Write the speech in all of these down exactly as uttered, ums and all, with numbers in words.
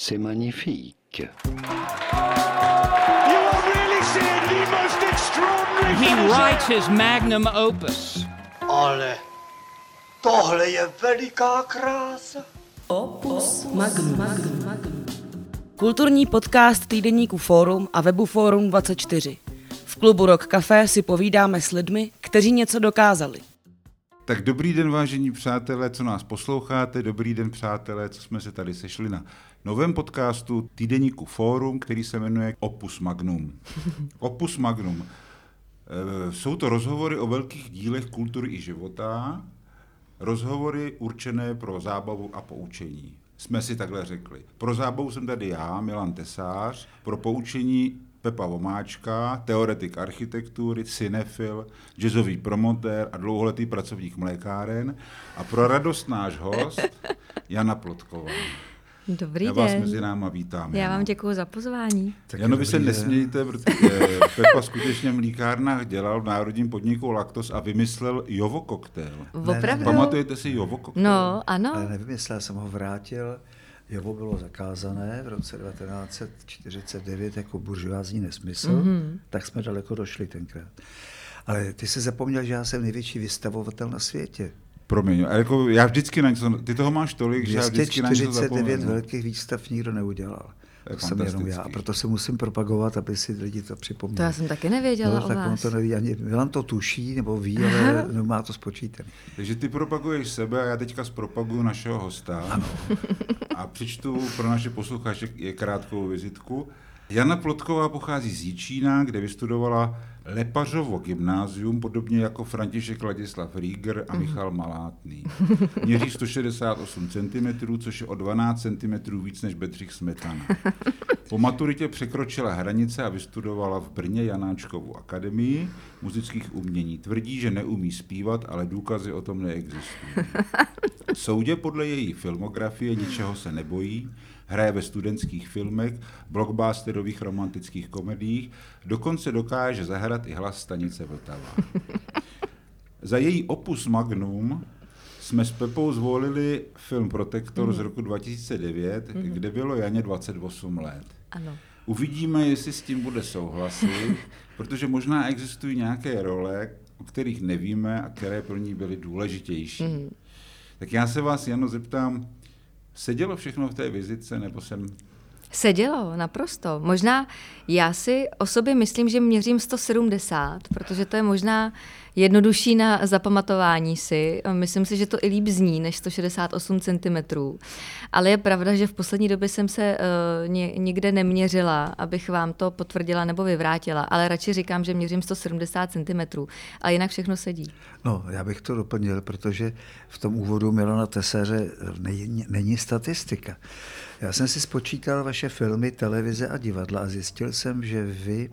C'est magnifique. You are really seeing the most extraordinary. He writes his magnum opus. Ale tohle je veliká krása. Opus Magnum. Magnum. Magnum. Kulturní podcast týdeníku Fórum a webu Fórum dvacet čtyři. V klubu Rock Café si povídáme s lidmi, kteří něco dokázali. Tak dobrý den, vážení přátelé, co nás posloucháte, dobrý den, přátelé, co jsme se tady sešli na novém podcastu týdeníku Fórum, který se jmenuje Opus Magnum. Opus Magnum. E, jsou to rozhovory o velkých dílech kultury i života, rozhovory určené pro zábavu a poučení. Jsme si takhle řekli. Pro zábavu jsem tady já, Milan Tesář, pro poučení Pepa Vomáčka, teoretik architektury, cinefil, jazzový promotér a dlouholetý pracovník mlékáren a pro radost náš host Jana Plotková. Dobrý Já den. vás mezi náma vítám. Já Jano. vám děkuji za pozvání. Jano, vy se nesmějte, protože Pepa skutečně v mlíkárnách dělal v národním podniku Laktos a vymyslel Jovo koktejl. Opravdu? Pamatujete si Jovo koktejl? No, ano. Ale nevymyslel, jsem ho vrátil. Jovo bylo zakázané v roce devatenáct set čtyřicet devět jako buržoázní nesmysl, mm-hmm. tak jsme daleko došli tenkrát. Ale ty jsi zapomněl, že já jsem největší vystavovatel na světě. Promiň, ale jako já vždycky na něco, ty toho máš tolik, že já vždycky na něco dvě stě čtyřicet devět zapomenu. velkých výstav nikdo neudělal. To je To jsem jenom já, a proto se musím propagovat, aby si lidi to připomněli. To já jsem taky nevěděla no, o tak vás. on to neví ani, Milan to tuší, nebo ví, ale nemá to spočítaný. Takže ty propaguješ sebe a já teďka zpropaguju našeho hosta. Ano. A přečtu pro naše posluchače je krátkou vizitku. Jana Plotková pochází z Jičína, kde vystudovala Lepařovo gymnázium, podobně jako František Ladislav Rieger a Michal Malátný. Měří sto šedesát osm centimetrů, což je o dvanáct centimetrů víc než Bedřich Smetana. Po maturitě překročila hranice a vystudovala v Brně Janáčkovu akademii muzických umění. Tvrdí, že neumí zpívat, ale důkazy o tom neexistují. Soudě podle její filmografie ničeho se nebojí, hraje ve studentských filmech, blockbusterových romantických komediích, dokonce dokáže zahrát i hlas stanice Vltava. Za její opus magnum jsme s Pepou zvolili film Protektor mm. z roku dva tisíce devět, mm. kde bylo Janě dvacet osm let. Ano. Uvidíme, jestli s tím bude souhlasit, protože možná existují nějaké role, o kterých nevíme a které pro ní byly důležitější. Mm. Tak já se vás, Jano, zeptám, sedělo všechno v té vizitce, nebo jsem... Sedělo, naprosto. Možná já si o sobě myslím, že měřím sto sedmdesát, protože to je možná jednodušší na zapamatování si. Myslím si, že to i líp zní než sto šedesát osm centimetrů. Ale je pravda, že v poslední době jsem se uh, ně, nikde neměřila, abych vám to potvrdila nebo vyvrátila, ale radši říkám, že měřím sto sedmdesát centimetrů. A jinak všechno sedí. No, já bych to doplnil, protože v tom úvodu Milana Tesaře není, není statistika. Já jsem si spočítal vaše filmy, televize a divadla a zjistil jsem, že vy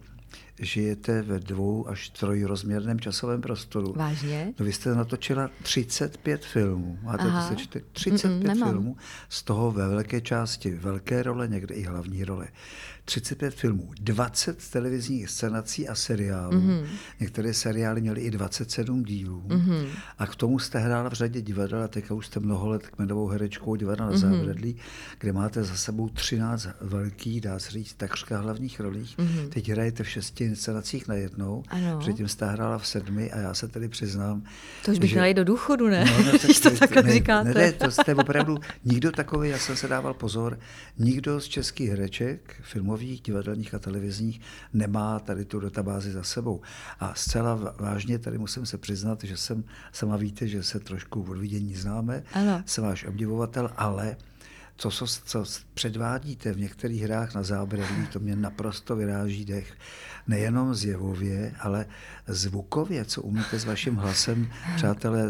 žijete ve dvou až trojrozměrném časovém prostoru. Vážně? No, vy jste natočila třicet pět filmů. Máte to sečte? třicet pět Mm-mm, filmů, z toho ve velké části velké role, někde i hlavní role. třicet pět filmů, dvacet televizních scénací a seriálů. Mm-hmm. Některé seriály měly i dvacet sedm dílů. Mm-hmm. A k tomu jste hrála v řadě divadel a teďka už jste mnoho let kmenovou herečkou divadla na mm-hmm. Zábradlí, kde máte za sebou třináct velkých, dá se říct, takřka hlavních rolích. Mm-hmm. Teď hrajete v šesti inscenacích najednou. Ano. Předtím jste hrála v sedmi a já se tedy přiznám... To už bych že... měla jít do důchodu, ne? No, no, Když to takhle ne, říkáte. Ne, to jste opravdu nikdo takový, já jsem se dával pozor, nikdo z českých hereček, filmových, divadelních a televizních nemá tady tu databázi za sebou. A zcela vážně tady musím se přiznat, že jsem, sama víte, že se trošku od vidění známe, ano. Jsem váš obdivovatel, ale to, co, co předvádíte v některých hrách na Zábradlí, to mě naprosto vyráží dech. Nejenom zjevově, ale zvukově, co umíte s vaším hlasem. Přátelé,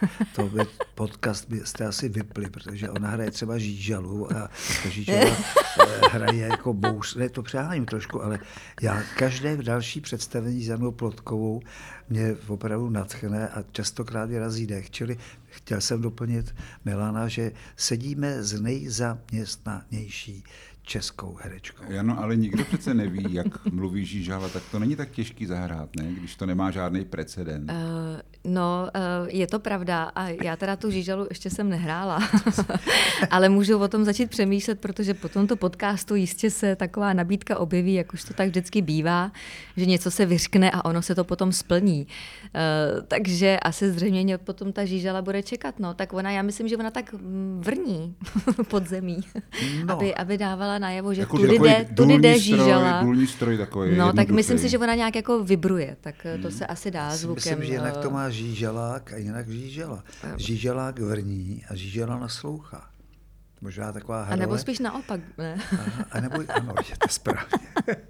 to by podcast byste asi vypli, protože ona hraje třeba Žížalu a Žížala hraje jako bous. Ne, to přeháním trošku, ale já každé další představení s Janou Plotkovou mě opravdu nadchne a častokrát vyrazí dech. Čili chtěl jsem doplnit Milana, že sedíme z nejzaměstnanější českou herečkou. Ano, ale nikdo přece neví, jak mluví Žížala, tak to není tak těžký zahrát, ne? Když to nemá žádný precedent. Uh, no, uh, je to pravda a já teda tu Žížalu ještě jsem nehrála, ale můžu o tom začít přemýšlet, protože po tomto podcastu jistě se taková nabídka objeví, jak už to tak vždycky bývá, že něco se vyřkne a ono se to potom splní. Uh, takže asi zřejmě mě potom ta Žížala bude čekat, no. Tak ona, já myslím, že ona tak vrní pod zemí, no. aby, aby dávala najevo, že jako, tudy jde, tudy jde Žížala. Důlní stroj takový. No, tak myslím si, že ona nějak jako vibruje, tak to hmm. se asi dá zvukem. Myslím, že jinak to má Žížalák a jinak Žížala. Žížalák vrní a Žížala naslouchá. Možná taková herole. A nebo spíš naopak, ne? A, a nebo, ano, je to správně.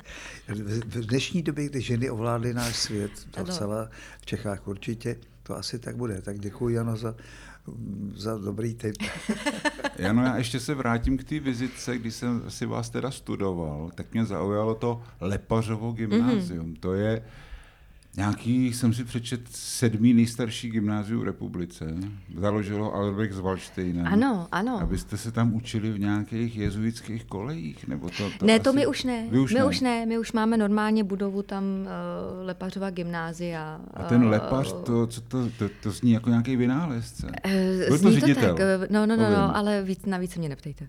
V dnešní době, kdy ženy ovládly náš svět, docela v Čechách určitě, to asi tak bude. Tak děkuji, Jano, za, za dobrý tip. Jano, já ještě se vrátím k té vizitce, když jsem si vás teda studoval, tak mě zaujalo to Lepařovo gymnázium. Mm-hmm. To je nějaký, jsem si přečet, sedmý nejstarší gymnázium v republice. Založilo Albrecht s Waldsteinem. Ano, ano. Abyste se tam učili v nějakých jezuitských kolejích? Nebo to, to ne, to asi... my už ne. Vy už my ne. už ne. My už máme normálně budovu tam uh, Lepařova gymnázia. A ten Lepař, to, co to, to, to zní jako nějaký vynálezce. Uh, Byl to ředitel? To tak. No, no, no, no, ale víc, navíc se mě neptejte.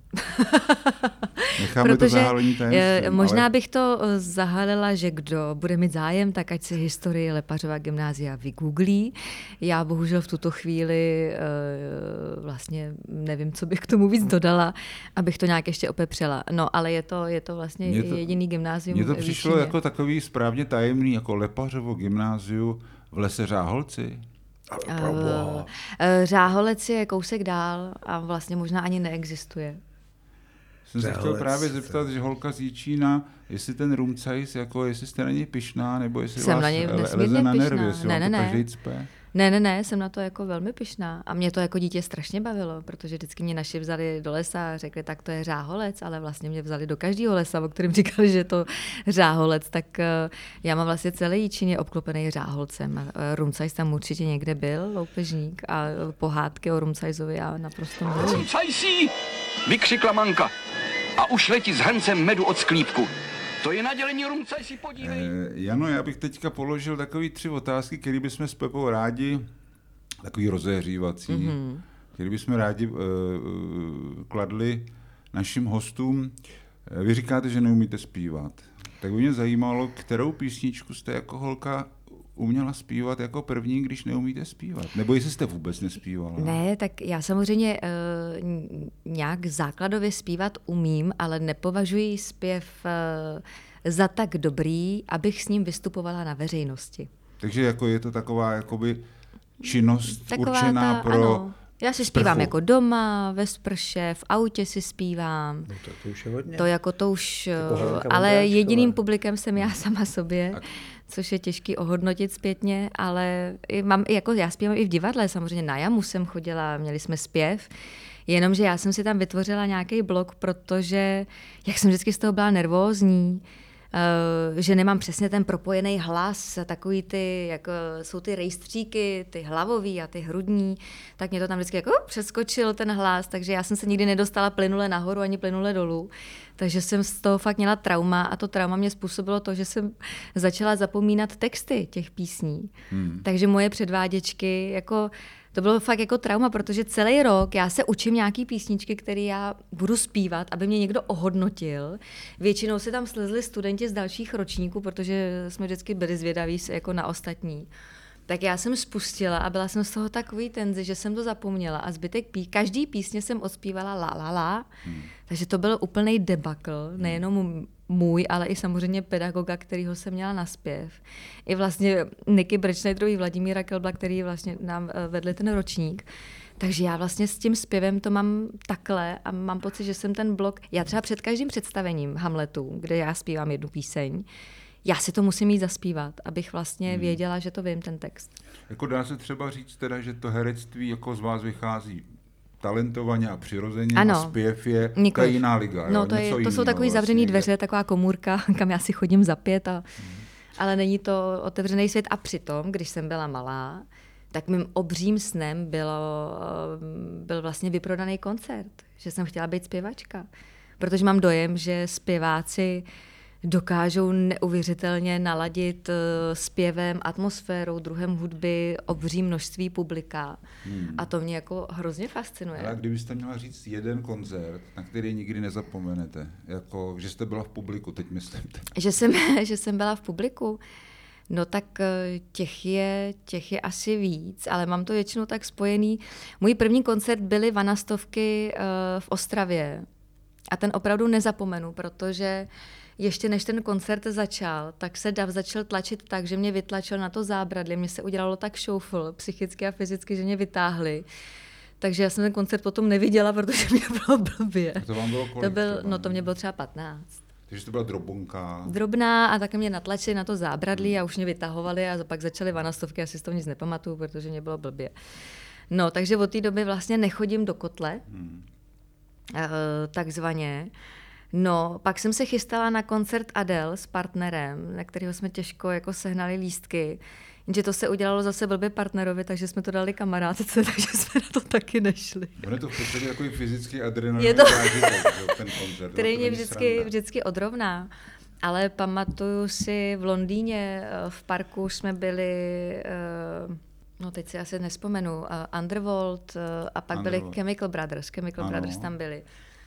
Necháme Protože, to zahalení tajemství. Možná ale... bych to zahalila, že kdo bude mít zájem, tak ať si historii Lepařova gymnázia vygooglí. Já bohužel v tuto chvíli uh, vlastně nevím, co bych k tomu víc dodala, abych to nějak ještě opepřela. No, ale je to, je to vlastně to, jediný gymnázium. Mně to přišlo Líčíně. Jako takový správně tajemný, jako Lepařovo gymnázium v Lese Řáholci. Uh, Řáholec je kousek dál a vlastně možná ani neexistuje. Jsem se chtěl právě zeptat, že holka z Jičína, jestli ten rumcajs, jako jestli jste na něj pyšná, nebo jestli jsem vás na něj leze na nervy, jestli ne, vám ne, to ne. každý cpe. Ne, ne, ne, jsem na to jako velmi pyšná. A mě to jako dítě strašně bavilo, protože vždycky mě naši vzali do lesa a řekli, tak to je Řáholec, ale vlastně mě vzali do každého lesa, o kterém říkali, že je to Řáholec. Tak uh, já mám vlastně celý Jičín je obklopený Řáholcem. Uh, Rumcajs tam určitě někde byl, loupežník, a pohádky o Rumcajsovi já naprosto miluji. Rumcajsí, vykřikla Manka a už letí s hrncem medu od sklípku. To je nadělení Rumcajsi, podívej. Eh, Jano, já bych teďka položil takový tři otázky, které bychom s Pepou rádi, takový rozehřívací, mm-hmm. které bychom rádi uh, kladli našim hostům. Vy říkáte, že neumíte zpívat. Tak by mě zajímalo, kterou písničku jste jako holka uměla zpívat jako první, když neumíte zpívat? Nebo jestli jste vůbec nespívala? Ne, tak já samozřejmě uh, nějak základově zpívat umím, ale nepovažuji zpěv uh, za tak dobrý, abych s ním vystupovala na veřejnosti. Takže jako je to taková jakoby činnost taková určená ta, pro... Ano. Já si sprchu. Zpívám jako doma, ve sprše, v autě si zpívám. No to, to už je hodně. To jako to už, to ale jediným publikem jsem já sama sobě, a... což je těžký ohodnotit zpětně, ale mám, jako já zpívám i v divadle, samozřejmě na Jamu jsem chodila, měli jsme zpěv, jenomže já jsem si tam vytvořila nějaký blok, protože jak jsem vždycky z toho byla nervózní, Uh, že nemám přesně ten propojený hlas, takový ty, jako jsou ty rejstříky, ty hlavový a ty hrudní, tak mě to tam vždycky jako uh, přeskočil ten hlas, takže já jsem se nikdy nedostala plynule nahoru ani plynule dolů, takže jsem z toho fakt měla trauma a to trauma mě způsobilo to, že jsem začala zapomínat texty těch písní. Hmm. Takže moje předváděčky, jako to bylo fakt jako trauma, protože celý rok já se učím nějaký písničky, které já budu zpívat, aby mě někdo ohodnotil. Většinou se tam slezli studenti z dalších ročníků, protože jsme vždycky byli zvědaví jako na ostatní. Tak já jsem spustila a byla jsem z toho takový tenzi, že jsem to zapomněla a zbytek pí, každý písně jsem odspívala la la la, hmm. takže to byl úplnej debakl, nejenom můj, ale i samozřejmě pedagoga, kterýho jsem měla na zpěv. I vlastně Niky Brečnejdrový, Vladimíra Kelbla, který vlastně nám vedli ten ročník. Takže já vlastně s tím zpěvem to mám takhle a mám pocit, že jsem ten blok, já třeba před každým představením Hamletu, kde já zpívám jednu píseň, já si to musím jít zaspívat, abych vlastně hmm. věděla, že to vím, ten text. Jako dá se třeba říct teda, že to herectví jako z vás vychází talentovaně a přirozeně, ano. A zpěv je ta jiná liga. No, to, je, to jsou takový vlastně zavřený dveře, taková komůrka, kam já si chodím za pět, a, hmm. ale není to otevřený svět. A přitom, když jsem byla malá, tak mým obřím snem bylo, byl vlastně vyprodaný koncert, že jsem chtěla být zpěvačka. protože mám dojem, že zpěváci dokážou neuvěřitelně naladit zpěvem, atmosférou, druhem hudby, obří množství publika. Hmm. A to mě jako hrozně fascinuje. Ale kdybyste měla říct jeden koncert, na který nikdy nezapomenete, jako, že jste byla v publiku, teď myslím. Že jsem, že jsem byla v publiku? No tak těch je, těch je asi víc, ale mám to většinou tak spojený. Můj první koncert byly Vanastovky v Ostravě a ten opravdu nezapomenu, protože ještě než ten koncert začal, tak se dav začal tlačit tak, že mě vytlačil na to zábradlí. Mně se udělalo tak šoufl, psychicky a fyzicky, že mě vytáhli. Takže já jsem ten koncert potom neviděla, protože mě bylo blbě. A to vám bylo kolik? To byl, no to mě bylo třeba patnáct. Takže to byla drobonka. Drobná a také mě natlačili na to zábradlí a už mě vytahovali a pak začaly Vanastovky, asi z toho nic nepamatuju, protože mě bylo blbě. No, takže od té doby vlastně nechodím do kotle, hmm. uh, takzvaně. No, pak jsem se chystala na koncert Adele s partnerem, na kterého jsme těžko jako sehnali lístky. Jenže to se udělalo zase blbě partnerovi, takže jsme to dali kamarádce, takže jsme na to taky nešli. On je to v podstatě takový fyzický adrenalin, to... ten koncert. Který mě vždycky, vždycky odrovná. Ale pamatuju si v Londýně, v parku jsme byli, no teď si asi nespomenu, Underworld a pak Underworld. Byli Chemical Brothers, Chemical ano. Brothers tam byli.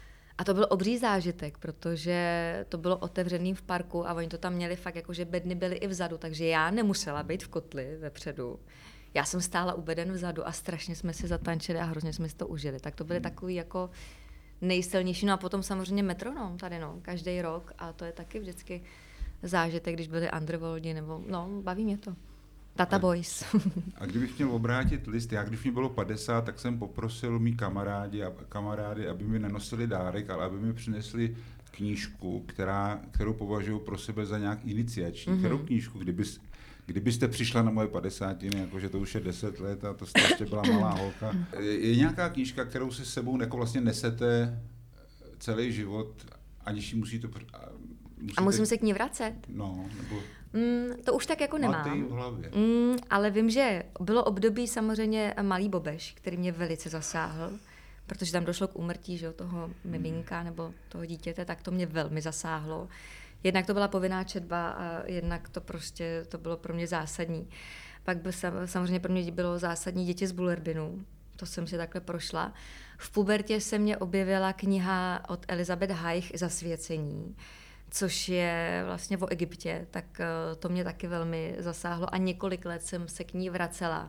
A to byl obří zážitek, protože to bylo otevřený v parku a oni to tam měli fakt jako, že bedny byly i vzadu, takže já nemusela být v kotli vepředu. Já jsem stála u beden vzadu a strašně jsme si zatančili a hrozně jsme si to užili. Tak to byly hmm. takový jako nejsilnější. No a potom samozřejmě Metronom tady, no, každý rok a to je taky vždycky zážitek, když byly Underworldi, nebo no, baví mě to. Tata Boys. A kdybych měl obrátit list, já když mě bylo padesát, tak jsem poprosil mý kamarádi a kamarády, aby mi nenosili dárek, ale aby mi přinesli knížku, která, kterou považuji pro sebe za nějak iniciační. Mm-hmm. Kterou knížku, kdyby, kdybyste přišla na moje padesátiny, jakože to už je deset let a to jste ještě byla malá holka. Je, je nějaká knížka, kterou si s sebou jako vlastně nesete celý život, aniž ji musíte... Musíte... A musím se k ní vracet? No, nebo... Mm, to už tak jako nemám. Máte ji v hlavě. Mm, ale vím, že bylo období samozřejmě Malý Bobeš, který mě velice zasáhl, protože tam došlo k úmrtí, že, toho miminka nebo toho dítěte, tak to mě velmi zasáhlo. Jednak to byla povinná četba a jednak to prostě to bylo pro mě zásadní. Pak by samozřejmě pro mě bylo zásadní Děti z Bullerbinu. To jsem si takhle prošla. V pubertě se mě objevila kniha od Elizabeth Haich Zasvěcení, což je vlastně o Egyptě, tak to mě taky velmi zasáhlo a několik let jsem se k ní vracela.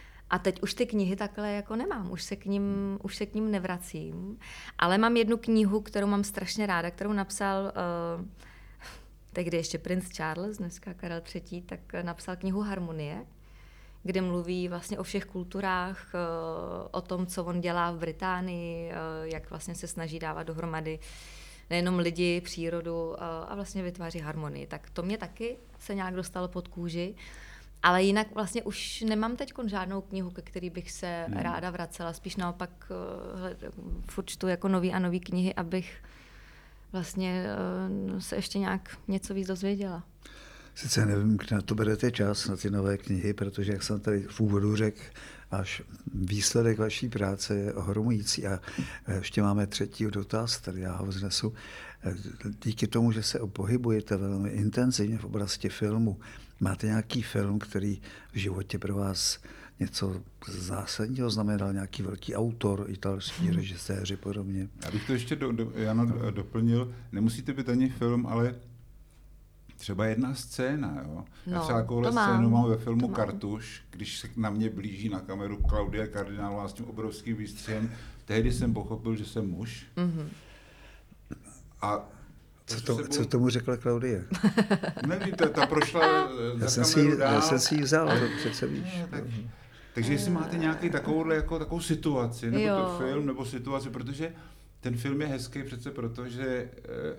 A teď už ty knihy takhle jako nemám, už se k ním, už se k ním nevracím. Ale mám jednu knihu, kterou mám strašně ráda, kterou napsal uh, tehdy ještě princ Charles, dneska Karel třetí, tak napsal knihu Harmonie, kde mluví vlastně o všech kulturách, uh, o tom, co on dělá v Británii, uh, jak vlastně se snaží dávat dohromady nejenom lidi, přírodu a vlastně vytváří harmonii. Tak to mě taky se nějak dostalo pod kůži, ale jinak vlastně už nemám teď žádnou knihu, ke který bych se hmm. ráda vracela. Spíš naopak furt čtu jako nový a nový knihy, abych vlastně se ještě nějak něco víc dozvěděla. Sice nevím, kde na to berete čas, na ty nové knihy, protože, jak jsem tady v úvodu řekl, až výsledek vaší práce je ohromující. A ještě máme třetí dotaz, tady já ho vznesu. Díky tomu, že se pohybujete velmi intenzivně v oblasti filmu, máte nějaký film, který v životě pro vás něco zásadního znamenal, nějaký velký autor, italští režiséři podobně? Já bych to ještě do, do, Jano, no. doplnil. Nemusíte být ani film, ale třeba jedna scéna, jo. No, Já třeba takovouhle scénu mám ve filmu Kartuš, když se na mě blíží na kameru Klaudia Kardinálová s tím obrovským výstřelem. Tehdy jsem pochopil, že jsem muž. Mm-hmm. A co, to, sebou... co tomu řekla Klaudie? Nevím, ta, ta prošla já za jsem kameru si, dál. Já jsem si ji vzal, to přece víš. No, tak, takže jestli máte nějaký takovouhle, jako, takovou situaci, nebo jo. to film, nebo situaci, protože ten film je hezký přece proto, že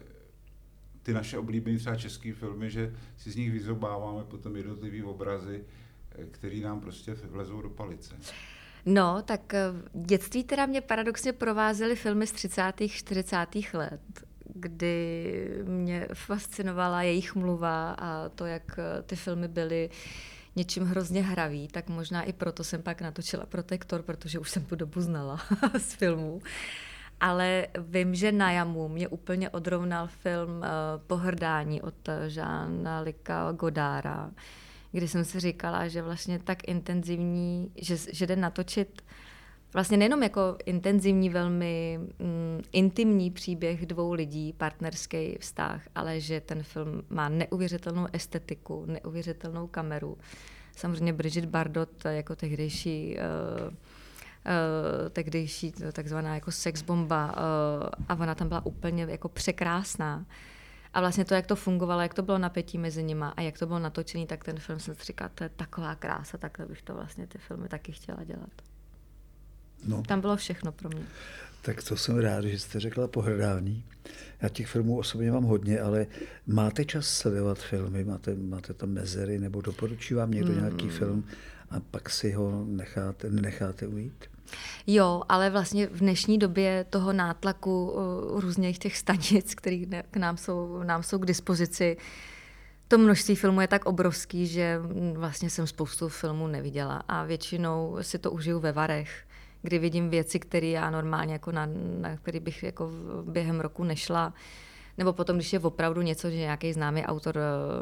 ty naše oblíbené třeba české filmy, že si z nich vyzobáváme potom jednotlivý obrazy, který nám prostě vlezou do palice. No, tak v dětství teda mě paradoxně provázely filmy z třicátých, čtyřicátých let, kdy mě fascinovala jejich mluva a to, jak ty filmy byly něčím hrozně hravý, tak možná i proto jsem pak natočila Protektor, protože už jsem tu dobu znala z filmů. Ale vím, že na jamu mě úplně odrovnal film uh, Pohrdání od Jeana Luca Godarda, kdy jsem si říkala, že vlastně tak intenzivní, že, že jde natočit vlastně nejenom jako intenzivní, velmi mm, intimní příběh dvou lidí, partnerský vztah, ale že ten film má neuvěřitelnou estetiku, neuvěřitelnou kameru. Samozřejmě Brigitte Bardot jako tehdejší uh, Uh, tehdejší takzvaná jako sexbomba uh, a ona tam byla úplně jako překrásná. A vlastně to, jak to fungovalo, jak to bylo napětí mezi nima a jak to bylo natočený, tak ten film jsem si říkala, to je taková krása, takhle bych to vlastně ty filmy taky chtěla dělat. No. Tam bylo všechno pro mě. Tak to jsem rád, že jste řekla Pohrdání. Já těch filmů osobně mám hodně, ale máte čas sledovat filmy, máte, máte tam mezery, nebo doporučí vám někdo hmm. nějaký film a pak si ho necháte, necháte ujít? Jo, ale vlastně v dnešní době toho nátlaku uh, různých těch stanic, které k nám jsou, nám jsou k dispozici, to množství filmů je tak obrovský, že vlastně jsem spoustu filmů neviděla a většinou si to užiju ve varech, kdy vidím věci, které já normálně jako na, na který bych jako během roku nešla. Nebo potom, když je opravdu něco, že nějaký známý autor,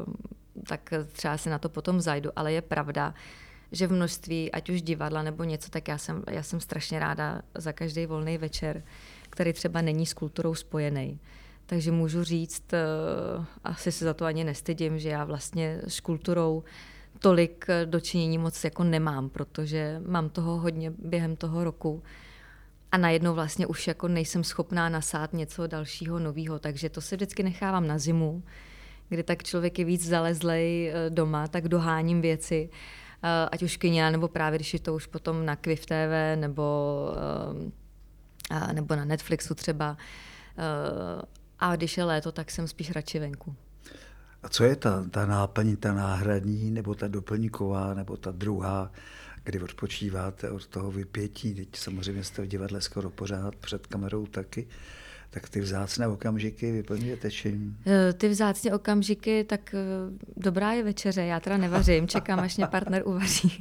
tak třeba si na to potom zajdu. Ale je pravda, že v množství, ať už divadla nebo něco, tak já jsem, já jsem strašně ráda za každý volný večer, který třeba není s kulturou spojený. Takže můžu říct, asi se za to ani nestydím, že já vlastně s kulturou tolik dočinění moc jako nemám, protože mám toho hodně během toho roku a najednou vlastně už jako nejsem schopná nasát něco dalšího nového, takže to si vždycky nechávám na zimu, kdy tak člověk je víc zalezlej doma, tak doháním věci, ať už kyně, nebo právě když je to už potom na Quiff T V nebo, nebo na Netflixu třeba. A když je léto, tak jsem spíš radši venku. A co je ta, ta náplň, ta náhradní, nebo ta doplňková, nebo ta druhá, kdy odpočíváte od toho vypětí? Teď samozřejmě jste v divadle skoro pořád, před kamerou taky. Tak ty vzácné okamžiky vyplňujete čím? Ty vzácné okamžiky, tak dobrá je večeře. Já teda nevařím, čekám, až mě partner uvaří.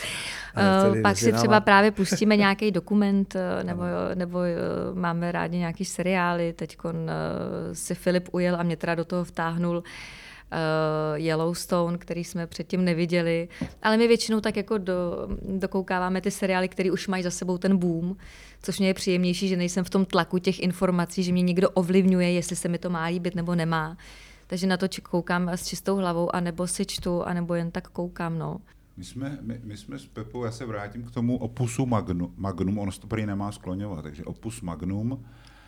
Pak si třeba náma... právě pustíme nějaký dokument, nebo, nebo máme rádi nějaký seriály. Teďkon si Filip ujel a mě teda do toho vtáhnul Yellowstone, který jsme předtím neviděli. Ale my většinou tak jako do, dokoukáváme ty seriály, které už mají za sebou ten boom, což mě je příjemnější, že nejsem v tom tlaku těch informací, že mě někdo ovlivňuje, jestli se mi to má líbit nebo nemá. Takže na to koukám s čistou hlavou, anebo si čtu, anebo jen tak koukám, no. My jsme, my, my jsme s Pepou, já se vrátím k tomu opusu Magnum, Magnum ono se to prý nemá skloňovat, takže opus Magnum.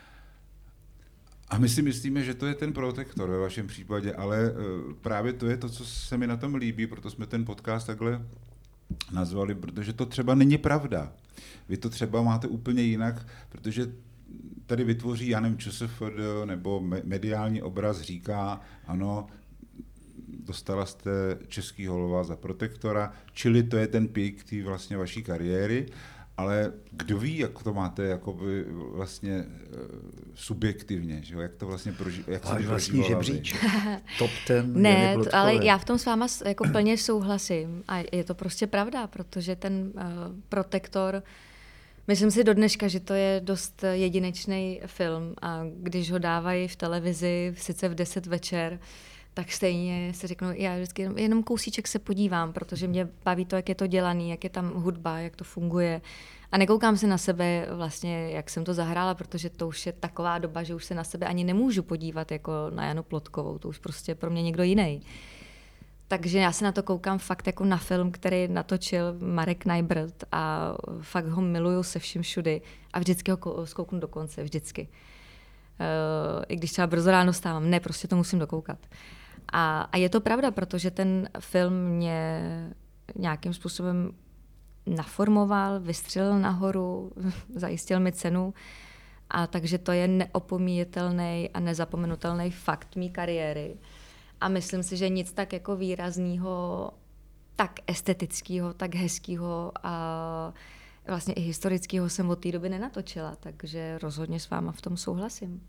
A my si myslíme, že to je ten protektor ve vašem případě, ale uh, právě to je to, co se mi na tom líbí, proto jsme ten podcast takhle nazvali, protože to třeba není pravda. Vy to třeba máte úplně jinak, protože tady vytvoří, já nevím, ČSFD nebo mediální obraz říká, ano, dostala jste Českýho lva za protektora, čili to je ten pík té vlastně vaší kariéry, ale kdo ví, jak to máte jakoby vlastně subjektivně, že jo? Jak to vlastně proži- jak ale vlastní žebříček. Top ten. Ne, ale já v tom s váma jako plně souhlasím a je to prostě pravda, protože ten uh, protektor, myslím si do dneška, že to je dost jedinečný film a když ho dávají v televizi, sice v deset večer, tak stejně si řeknu, já vždycky jenom, jenom kousíček se podívám, protože mě baví to, jak je to dělaný, jak je tam hudba, jak to funguje. A nekoukám se na sebe vlastně, jak jsem to zahrála, protože to už je taková doba, že už se na sebe ani nemůžu podívat jako na Janu Plotkovou, to už prostě pro mě někdo jiný. Takže já se na to koukám fakt jako na film, který natočil Marek Najbrt a fakt ho miluju se vším všudy a vždycky ho zkouknu do konce, vždycky. Uh, I když třeba brzo ráno stávám, ne, prostě to musím dokoukat. A, a je to pravda, protože ten film mě nějakým způsobem naformoval, vystřelil nahoru, zajistil mi cenu, a takže to je neopomíjetelný a nezapomenutelný fakt mý kariéry. A myslím si, že nic tak jako výraznýho, tak estetického, tak hezkého a vlastně i historického jsem od té doby nenatočila, takže rozhodně s váma v tom souhlasím.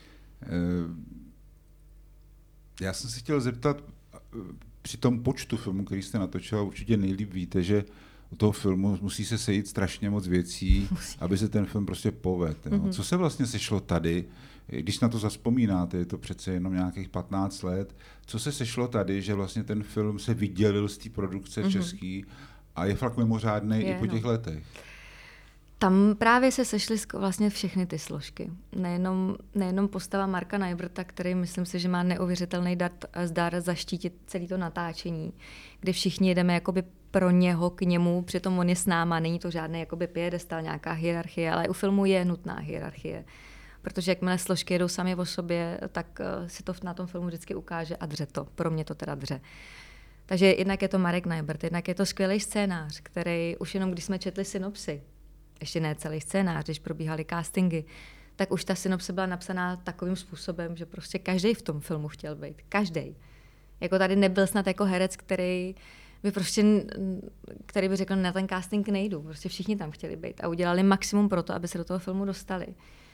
Já jsem si chtěl zeptat, při tom počtu filmů, který jste natočila, určitě nejlíp víte, že u toho filmu musí se sejít strašně moc věcí, musí. aby se ten film prostě povedl. Mm-hmm. Co se vlastně sešlo tady, když na to zazpomínáte, je to přece jenom nějakých patnáct let, co se sešlo tady, že vlastně ten film se vydělil z té produkce mm-hmm. český a je fakt mimořádný i po těch no. letech? Tam právě se sešly vlastně všechny ty složky. Nejenom, nejenom postava Marka Najbrta, který myslím si, že má neuvěřitelný zdar zaštítit celé to natáčení, kde všichni jedeme jakoby pro něho, k němu, přitom on je s náma, není to žádný jakoby piedestal, nějaká hierarchie, ale u filmu je nutná hierarchie. Protože jakmile složky jedou sami o sobě, tak si to na tom filmu vždycky ukáže a dře to. Pro mě to teda dře. Takže jednak je to Marek Najbrt, jednak je to skvělý scénář, který už jenom když jsme četli synopsy, ještě ne celý scénář, když probíhaly castingy, tak už ta synopse byla napsaná takovým způsobem, že prostě každý v tom filmu chtěl být. Každý. Jako tady nebyl snad jako herec, který by prostě, který by řekl, na ten casting nejdu. Prostě všichni tam chtěli být a udělali maximum pro to, aby se do toho filmu dostali.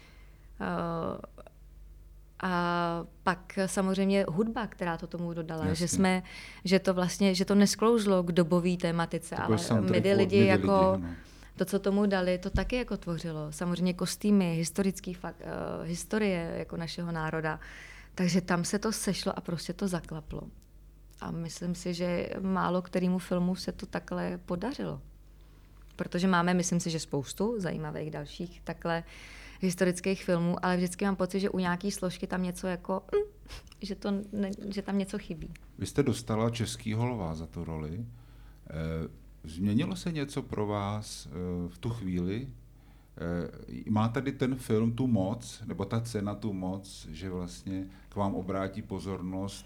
Uh, a pak samozřejmě hudba, která to tomu dodala, Jasně. že jsme, že to vlastně, že to nesklouzlo k dobové tématice, to ale midi lidi jako lidi, to, co tomu dali, to taky jako tvořilo. Samozřejmě kostýmy, historický fakt, uh, historie jako našeho národa. Takže tam se to sešlo a prostě to zaklaplo. A myslím si, že málo kterému filmu se to takhle podařilo. Protože máme, myslím si, že spoustu zajímavých dalších takhle historických filmů, ale vždycky mám pocit, že u nějaký složky tam něco jako, mm, že, to ne, že tam něco chybí. Vy jste dostala českýho lva za tu roli. Změnilo se něco pro vás v tu chvíli? Má tady ten film tu moc, nebo ta cena tu moc, že vlastně k vám obrátí pozornost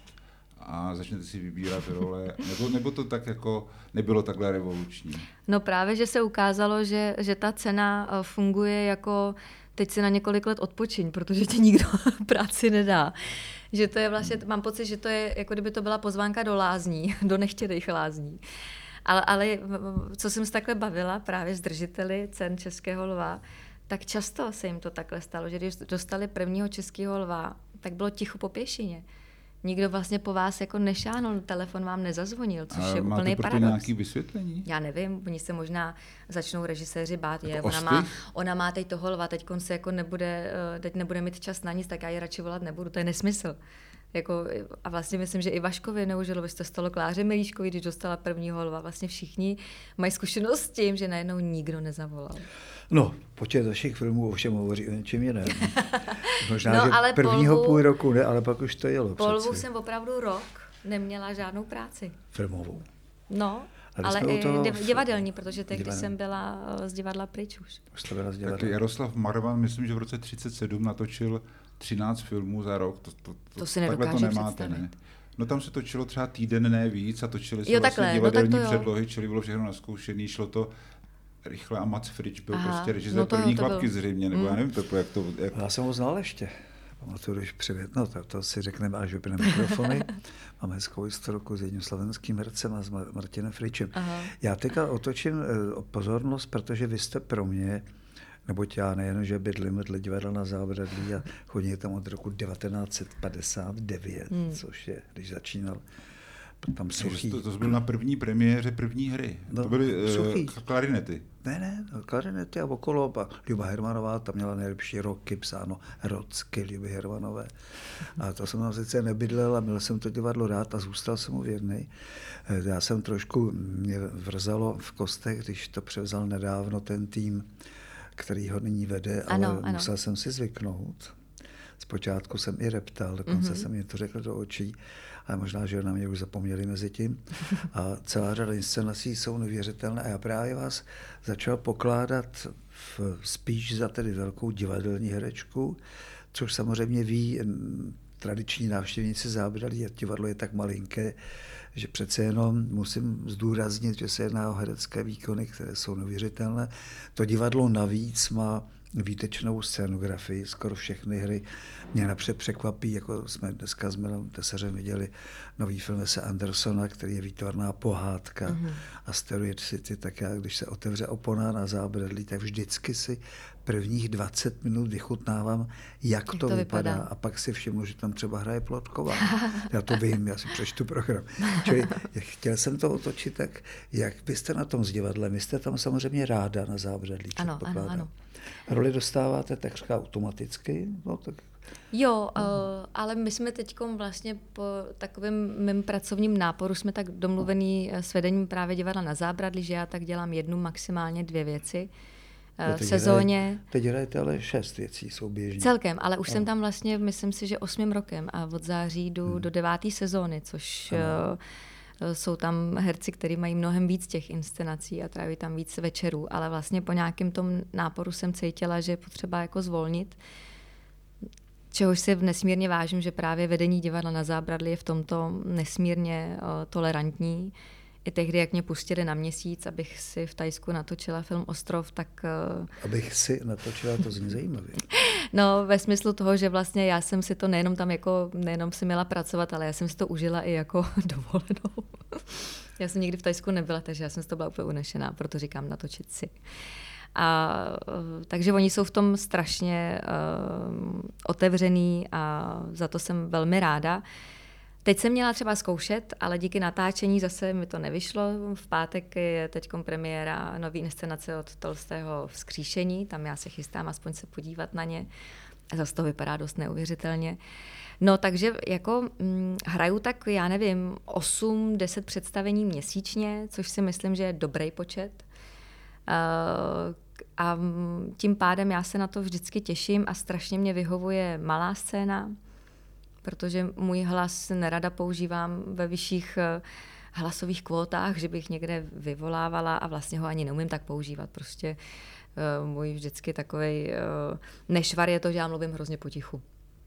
a začnete si vybírat role, nebo, nebo to tak jako nebylo takhle revoluční? No právě, že se ukázalo, že, že ta cena funguje jako teď si na několik let odpočiň, protože ti nikdo práci nedá. Že to je vlastně, mám pocit, že to je, jako kdyby to byla pozvánka do lázní, do nechtěných lázní. Ale, ale co jsem se takhle bavila právě s držiteli cen Českého lva, tak často se jim to takhle stalo, že když dostali prvního Českého lva, tak bylo ticho po pěšině. Nikdo vlastně po vás jako nešáhnul, telefon vám nezazvonil, což a je úplný paradox. Máte pro to nějaké vysvětlení? Já nevím, oni se možná začnou režiséři bát, je, ona má, ona má teď toho lva, teď se jako nebude, teď nebude mít čas na nic, tak já ji radši volat nebudu, to je nesmysl. Jako, a vlastně myslím, že i Vaškovi Neužilovi se to stalo, Kláře Milíškovi, když dostala prvního lva. Vlastně všichni mají zkušenost s tím, že najednou nikdo nezavolal. No, počet našich filmů ovšem hovoří o něčem jiném. Možná, no, že ale prvního polvu, půl roku ne, ale pak už to jelo. Po lvu přeci. jsem opravdu rok neměla žádnou práci. Filmovou. No, ale, ale i div, divadelní, protože tehdy jsem byla z divadla pryč už. Už to byla z divadla. Tak Jaroslav Marvan, myslím, že v roce třicet sedm natočil třináct filmů za rok. To, to, to, to si nedokážu to nemáte, ne? No tam se točilo třeba týden, ne víc, a točili se jo, vlastně takhle, divadelní no tak předlohy, čili bylo všechno naskoušený, šlo to rychle a Mats Fritsch byl Aha, prostě režisér no první jo, Chlapky zřejmě, nebo mm. já nevím, to, jak to... Jak... Já jsem ho znal ještě. Pamatuju, když přivět, no tak to si řekneme, až vypneme mikrofony. Máme hezkou historku s jedním slovenským hercem a s Martinem Fritschem. Aha. Já teďka otočím pozornost, protože vy jste pro mě, neboť já nejen, že bydlím vedle divadelna Zábradlí a chodím tam od roku devatenáct set padesát devět, hmm. což je, když začínal tam Suchý. To, to byl na první premiéře první hry. No, to byly uh, klarinety. Ne, ne, klarinety a okolo. A Ljuba Hermanová, tam měla nejlepší roky, psáno rocky Ljuby Hermanové. A to jsem tam sice nebydlel a měl jsem to divadlo rád a zůstal jsem mu věrnej. Já jsem trošku, mě vrzalo v kostech, když to převzal nedávno ten tým, který ho nyní vede, ano, ale ano. musel jsem si zvyknout. Zpočátku jsem i reptal, dokonce mm-hmm. jsem jim to řekl do očí, ale možná, že na mě už zapomněli mezi tím. A celá řada inscenací jsou neuvěřitelné a já právě vás začal pokládat v, spíš za tedy velkou divadelní herečku, což samozřejmě ví tradiční návštěvníci Zábradlí, a divadlo je tak malinké, že přece jenom musím zdůraznit, že se jedná o herecké výkony, které jsou neuvěřitelné. To divadlo navíc má výtečnou scénografii, skoro všechny hry mě napřed překvapí, jako jsme dneska s Milem Tesařem viděli nový film Wese Andersona, který je výtvarná pohádka mm-hmm. Asteroid City, tak já, když se otevře opona na zábradlí, tak vždycky si prvních dvacet minut vychutnávám, jak, jak to, to vypadá. vypadá a pak si všimnu, že tam třeba hraje Plotková. Já to vím, já si přečtu program. Čili chtěl jsem to otočit tak, jak byste na tom s divadlem, vy jste tam samozřejmě ráda na zábradlí. Ano, ano, ano. Roli dostáváte takřka automaticky? No, tak... Jo, uh, ale my jsme teď vlastně po takovém mém pracovním náporu jsme tak domluvený s vedením právě divadla na zábradlí, že já tak dělám jednu, maximálně dvě věci uh, v sezóně. Hraje, teď hrajete ale šest věcí souběžně. Celkem, ale už no. jsem tam vlastně, myslím si, že osmým rokem a od září jdu hmm. do deváté sezóny, což... Uh, jsou tam herci, kteří mají mnohem víc těch inscenací a tráví tam víc večerů, ale vlastně po nějakém tom náporu jsem cítila, že je potřeba jako zvolnit, čehož si nesmírně vážím, že právě vedení divadla na zábradlí je v tomto nesmírně uh, tolerantní. I tehdy, jak mě pustili na měsíc, abych si v Thajsku natočila film Ostrov, tak... Uh... Abych si natočila, to zní zajímavě. No, ve smyslu toho, že vlastně já jsem si to nejenom tam jako, nejenom si měla pracovat, ale já jsem si to užila i jako dovolenou. Já jsem nikdy v Thajsku nebyla, takže já jsem si to byla úplně unešená, proto říkám natočit si. A, takže oni jsou v tom strašně uh, otevřený a za to jsem velmi ráda. Teď jsem měla třeba zkoušet, ale díky natáčení zase mi to nevyšlo. V pátek je teď premiéra nový inscenace od Tolstého Vzkříšení, tam já se chystám aspoň se podívat na ně. Zase to vypadá dost neuvěřitelně. No takže jako hm, hraju tak, já nevím, osm deset představení měsíčně, což si myslím, že je dobrý počet. Uh, a tím pádem já se na to vždycky těším a strašně mě vyhovuje malá scéna, protože můj hlas nerada používám ve vyšších hlasových kvótách, že bych někde vyvolávala a vlastně ho ani neumím tak používat. Prostě uh, můj vždycky takovej uh, nešvar je to, že já mluvím hrozně potichu.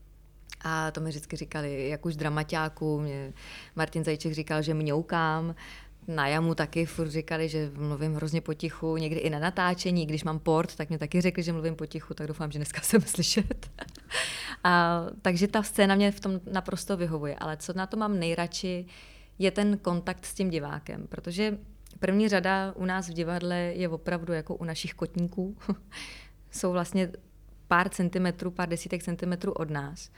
A to mi vždycky říkali, jak už dramaťáků, mě Martin Zajíček říkal, že mňoukám, na jamu taky furt říkali, že mluvím hrozně potichu, někdy i na natáčení, když mám port, tak mě taky řekli, že mluvím potichu, tak doufám, že dneska jsem slyšet. A, takže ta scéna mě v tom naprosto vyhovuje, ale co na to mám nejradši, je ten kontakt s tím divákem, protože první řada u nás v divadle je opravdu jako u našich kotníků. Jsou vlastně pár centimetrů, pár desítek centimetrů od nás.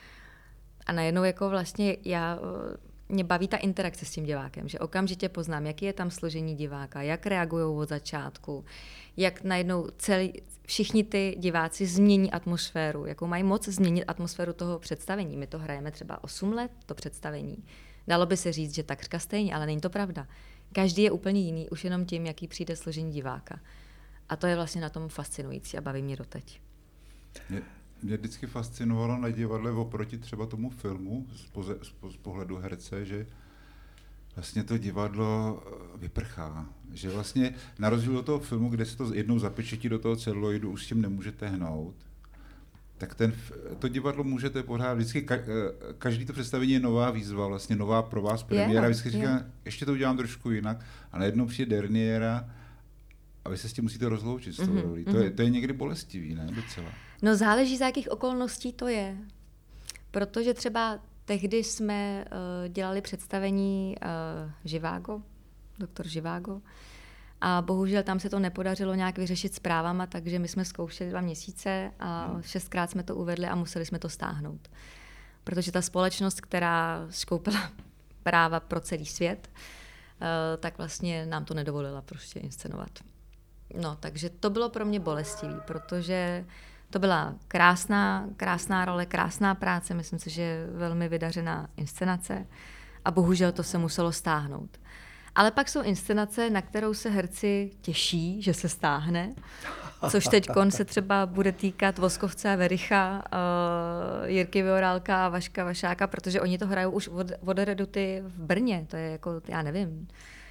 A najednou jako vlastně já... Mě baví ta interakce s tím divákem, že okamžitě poznám, jaký je tam složení diváka, jak reagují od začátku, jak najednou celý, všichni ty diváci změní atmosféru, jakou mají moc změnit atmosféru toho představení. My to hrajeme třeba osm let, to představení. Dalo by se říct, že takřka stejně, ale není to pravda. Každý je úplně jiný, už jenom tím, jaký přijde složení diváka. A to je vlastně na tom fascinující a baví mě doteď. Je. Mě vždycky fascinovalo na divadle oproti třeba tomu filmu z, poze, z pohledu herce, že vlastně to divadlo vyprchá. Že vlastně na rozdíl od toho filmu, kde se to jednou zapečetí do toho celuloidu, už s tím nemůžete hnout, tak ten, to divadlo můžete pořád vždycky, každý to představení je nová výzva, vlastně nová pro vás premiéra. Vždycky říká, ještě to udělám trošku jinak a najednou přijde derniéra a vy se s tím musíte rozloučit s tou mm-hmm, rolí. To je, to je někdy bolestivý, ne? Docela. No záleží, za jakých okolností to je. Protože třeba tehdy jsme uh, dělali představení uh, Živágo, doktor Živágo, a bohužel tam se to nepodařilo nějak vyřešit s právama, takže my jsme zkoušeli dva měsíce a hmm. šestkrát jsme to uvedli a museli jsme to stáhnout. Protože ta společnost, která skoupila práva pro celý svět, uh, tak vlastně nám to nedovolila prostě inscenovat. No, takže to bylo pro mě bolestivý, protože to byla krásná, krásná role, krásná práce, myslím si, že velmi vydařená inscenace a bohužel to se muselo stáhnout. Ale pak jsou inscenace, na kterou se herci těší, že se stáhne, což teďkon se třeba bude týkat Voskovce a Vericha, uh, Jirky Vyorálka a Vaška Vašáka, protože oni to hrajou už od, od Reduty v Brně, to je jako, já nevím,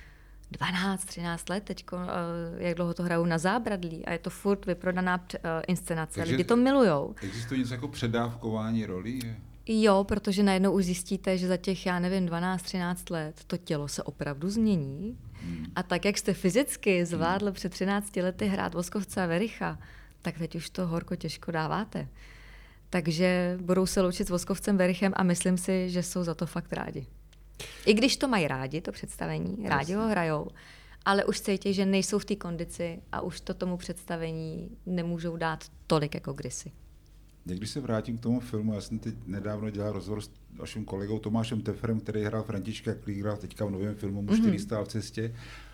dvanáct třináct let teďko, uh, jak dlouho to hrajou na zábradlí a je to furt vyprodaná uh, inscenace. Takže lidi to milujou. Existuje něco jako předávkování rolí? Jo, protože najednou už zjistíte, že za těch, já nevím, dvanáct třináct let to tělo se opravdu změní. Hmm. A tak, jak jste fyzicky zvládl hmm. před třinácti lety hrát Voskovce a Vericha, tak teď už to horko těžko dáváte. Takže budou se loučit s Voskovcem Werichem a myslím si, že jsou za to fakt rádi. I když to mají rádi, to představení, rádi ho hrajou, ale už cítí, že nejsou v té kondici a už to tomu představení nemůžou dát tolik jako kdysi. Když se vrátím k tomu filmu, já jsem teď nedávno dělal rozhovor s vaším kolegou Tomášem Tefrem, který hrál Františka Klígra teďka v novém filmu Muž, který stál v cestě.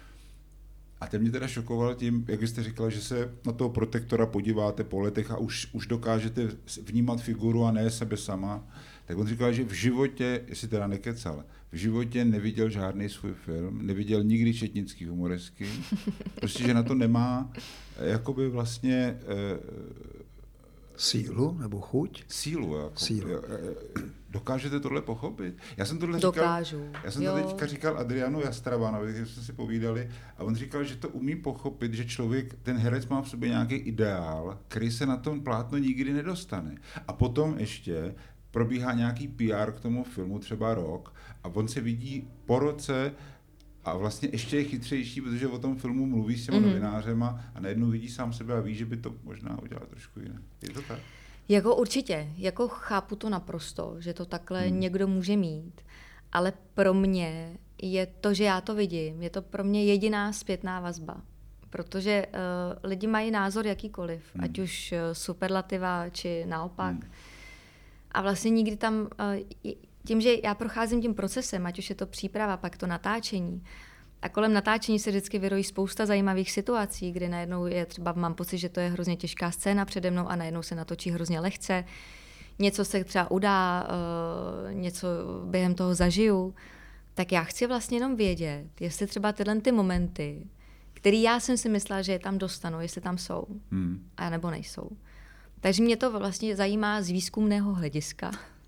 A ten mě teda šokoval tím, jak jste říkal, že se na toho protektora podíváte po letech a už, už dokážete vnímat figuru a ne sebe sama. Tak on říkal, že v životě, jestli teda nekecal, v životě neviděl žádný svůj film, neviděl nikdy četnický humoresky, prostě, že na to nemá jakoby vlastně eh, sílu nebo chuť? Sílu, jako. Sílu. Dokážete tohle pochopit? Já jsem tohle Dokážu. říkal, já jsem jo. to teďka říkal Adrianu Jastrabánovi, když jsme si povídali, a on říkal, že to umí pochopit, že člověk, ten herec má v sobě nějaký ideál, který se na tom plátno nikdy nedostane. A potom ještě probíhá nějaký P R k tomu filmu, třeba rok, a on se vidí po roce a vlastně ještě je chytřejší, protože o tom filmu mluví s těma mm-hmm. novinářema a najednou vidí sám sebe a ví, že by to možná udělal trošku jinak. Je to tak? Jako určitě, jako chápu to naprosto, že to takhle hmm. někdo může mít, ale pro mě je to, že já to vidím, je to pro mě jediná zpětná vazba, protože uh, lidi mají názor jakýkoliv, hmm. ať už uh, superlativa, či naopak. Hmm. A vlastně nikdy tam, uh, tím, že já procházím tím procesem, ať už je to příprava, pak to natáčení, a kolem natáčení se vždycky vyrojí spousta zajímavých situací, kdy najednou je třeba, mám pocit, že to je hrozně těžká scéna přede mnou a najednou se natočí hrozně lehce. Něco se třeba udá, uh, něco během toho zažiju. Tak já chci vlastně jenom vědět, jestli třeba tyhle ty momenty, které já jsem si myslela, že je tam dostanu, jestli tam jsou, hmm. a nebo nejsou. Takže mě to vlastně zajímá z výzkumného hlediska.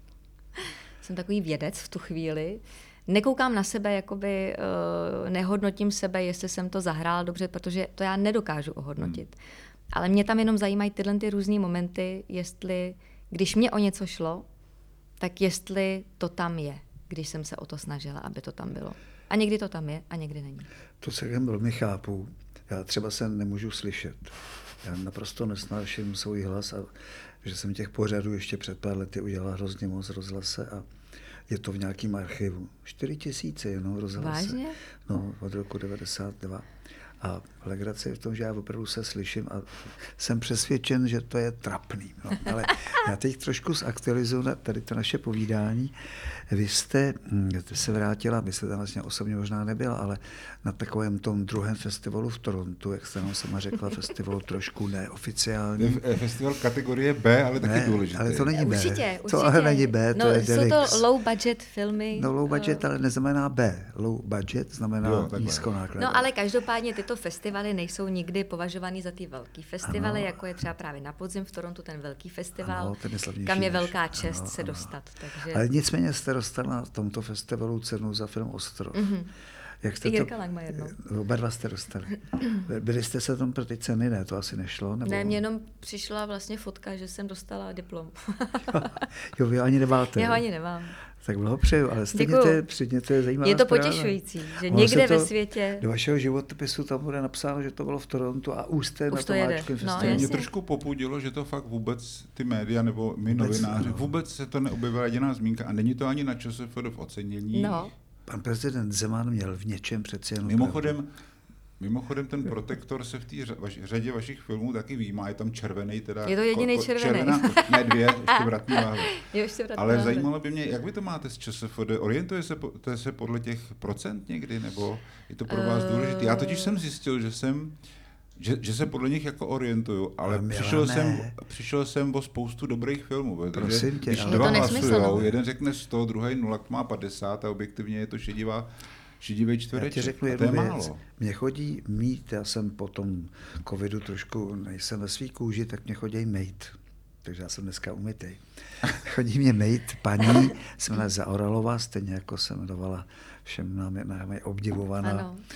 Jsem takový vědec v tu chvíli. Nekoukám na sebe, jakoby uh, nehodnotím sebe, jestli jsem to zahrál dobře, protože to já nedokážu ohodnotit. Hmm. Ale mě tam jenom zajímají tyhle ty různý momenty, jestli, když mě o něco šlo, tak jestli to tam je, když jsem se o to snažila, aby to tam bylo. A někdy to tam je a někdy není. To celkem velmi chápu. Já třeba se nemůžu slyšet. Já naprosto nesnáším svůj hlas a že jsem těch pořadů ještě před pár lety udělal hrozně moc rozhlase a je to v nějakém archivu. Čtyři tisíce jenom rozhlase. Vážně? No, od roku devadesát dva. A legrace je v tom, že já opravdu se slyším a jsem přesvědčen, že to je trapný. No, ale já teď trošku zaktualizuju tady to naše povídání. Vy jste se vrátila, vy jste tam vlastně osobně možná nebyla, ale na takovém tom druhém festivalu v Torontu, jak jste nám sama řekla, festivalu trošku neoficiální. Festival kategorie B, ale taky ne, důležitý. Ale to není B. Určitě, to ale není B, to no, je jsou Delix. to low budget filmy. No low budget, ale neznamená B. Low budget znamená nízkonákladové. No ale každopádně tyto festivaly nejsou nikdy považovány za ty velký festivaly, ano. Jako je třeba právě na podzim v Torontu ten velký festival, ano, ten je kam je velká čest ano, se ano. dostat. Takže... Ale nicméně jste dostal na tomto festivalu cenu za film Ostrov. Mm-hmm. Jak jste I Jirka Lang má jednou. Oba dva jste dostali. Byli jste se tam pro ty ceny, ne? To asi nešlo? Nebo... Ne, mně jenom přišla vlastně fotka, že jsem dostala diplom. jo, jo, vy ho ani nemáte. Já ho ani nemám. Tak blahopřeju, ale stejně to je, předně to je zajímavá Je to zpráva. potěšující, že ono někde ve světě... Do vašeho životopisu tam bude napsáno, že to bylo v Torontu a už jste už na to tom jede. Máčkovém No, festivalu. Mě trošku popudilo, že to fakt vůbec ty média nebo my vůbec, novináři, no. vůbec se to neobjevila jediná zmínka a není to ani na ČSFD v ocenění. No. Pan prezident Zeman měl v něčem přeci jenom Mimochodem, pravdu. Mimochodem ten Protektor se v té řadě vašich filmů taky výjímá, je tam červený teda. Je to jediný červený. Červená, ne dvě, ještě vratný láhve. Jo, ještě vratný Ale láhve. zajímalo by mě, jak vy to máte s ČSFD? Orientuje se, to se podle těch procent někdy, nebo je to pro vás uh... důležité? Já totiž jsem zjistil, že jsem Že, že se podle nich jako orientuju, ale Milane. přišel jsem, přišel jsem o spoustu dobrých filmů. Prosím tě, když ale dva hlasujou, jeden řekne sto, druhý nula, má padesát a objektivně je to šedivá, šedivý čtvereček. Já ti řeknu jednu věc. Mně chodí mít, já jsem po tom covidu trošku nejsem ve svý kůži, tak mě chodí mejt. Takže já jsem dneska umytej. Chodí mě mejt paní, se jmenuje Zaoralová, stejně jako se jmenovala všem námi, námi obdivovaná. Ano.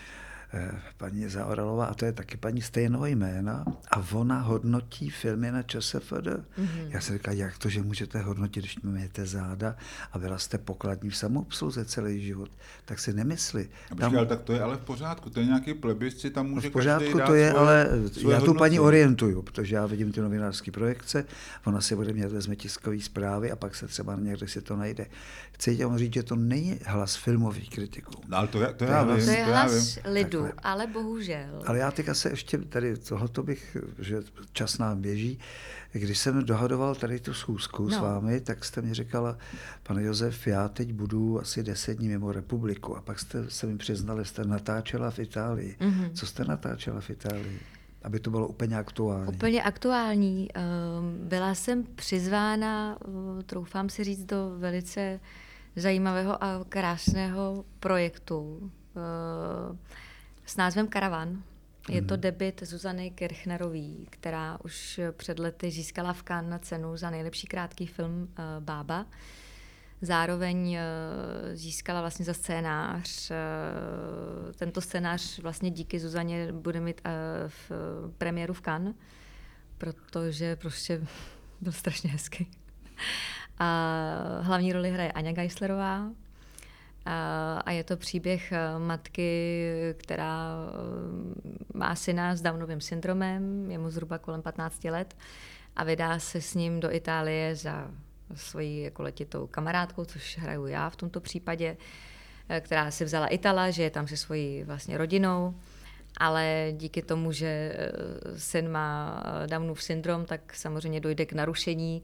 paní Zaoralová, a to je taky paní stejného jména, a ona hodnotí filmy na ČSFD. Mm-hmm. Já jsem říkal, jak to, že můžete hodnotit, když mějete záda a byla jste pokladní v samoobsluze celý život, tak si nemysli. Tam... Ale tak to je ale v pořádku, to je nějaký plebiscit, tam může v pořádku každý to je, svoje, ale svoje já tu hodnocení. paní orientuju, protože já vidím ty novinářské projekce, ona si bude mít vezme tiskové zprávy a pak se třeba někde si to najde. Chci tě říct, že to není hlas filmových kritiků. No, ale to, je, to, to já vím, to je to hlas já vím. lidu, Takhle. ale bohužel. Ale já teďka se ještě tady tohoto bych, že čas nám běží, když jsem dohadoval tady tu schůzku no. s vámi, tak jste mi říkala, pane Josef, já teď budu asi deset dní mimo republiku. A pak jste se mi přiznali, jste natáčela v Itálii. Mm-hmm. Co jste natáčela v Itálii? Aby to bylo úplně aktuální. Úplně aktuální. Byla jsem přizvána, troufám si říct, do velice zajímavého a krásného projektu s názvem Karavan. Je to debut Zuzany Kirchnerový, která už před lety získala v Cannes cenu za nejlepší krátký film Bába. Zároveň získala vlastně za scénář. Tento scénář vlastně díky Zuzaně bude mít v premiéru v Cannes, protože prostě byl strašně hezký. A hlavní roli hraje Aňa Geislerová. A je to příběh matky, která má syna s Downovým syndromem, je mu zhruba kolem patnácti let a vydá se s ním do Itálie za svojí jako letitou kamarádkou, což hraju já v tomto případě, která si vzala Itala, že je tam se svojí vlastně rodinou, ale díky tomu, že syn má Downův syndrom, tak samozřejmě dojde k narušení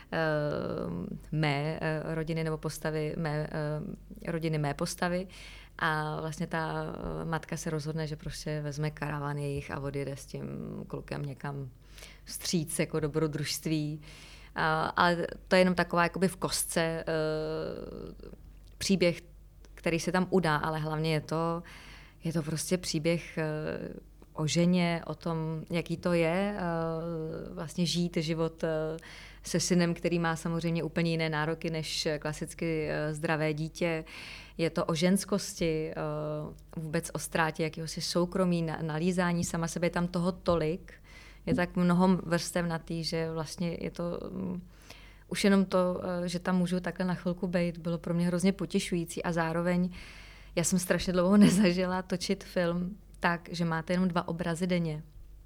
mé rodiny nebo postavy, mé rodiny mé postavy a vlastně ta matka se rozhodne, že prostě vezme karavan jejich a odjede s tím klukem někam vstříc jako dobrodružství. Ale to je jenom taková jakoby v kostce příběh, který se tam udá, ale hlavně je to, je to prostě příběh o ženě, o tom, jaký to je vlastně žít život se synem, který má samozřejmě úplně jiné nároky než klasicky zdravé dítě. Je to o ženskosti, vůbec o ztrátě jakéhosi soukromí, nalízání sama sebe, je tam toho tolik. Je tak mnoho vrstevnatý, že vlastně je to už jenom to, že tam můžu takhle na chvilku bejt, bylo pro mě hrozně potěšující a zároveň já jsem strašně dlouho nezažila točit film tak, že máte jenom dva obrazy denně.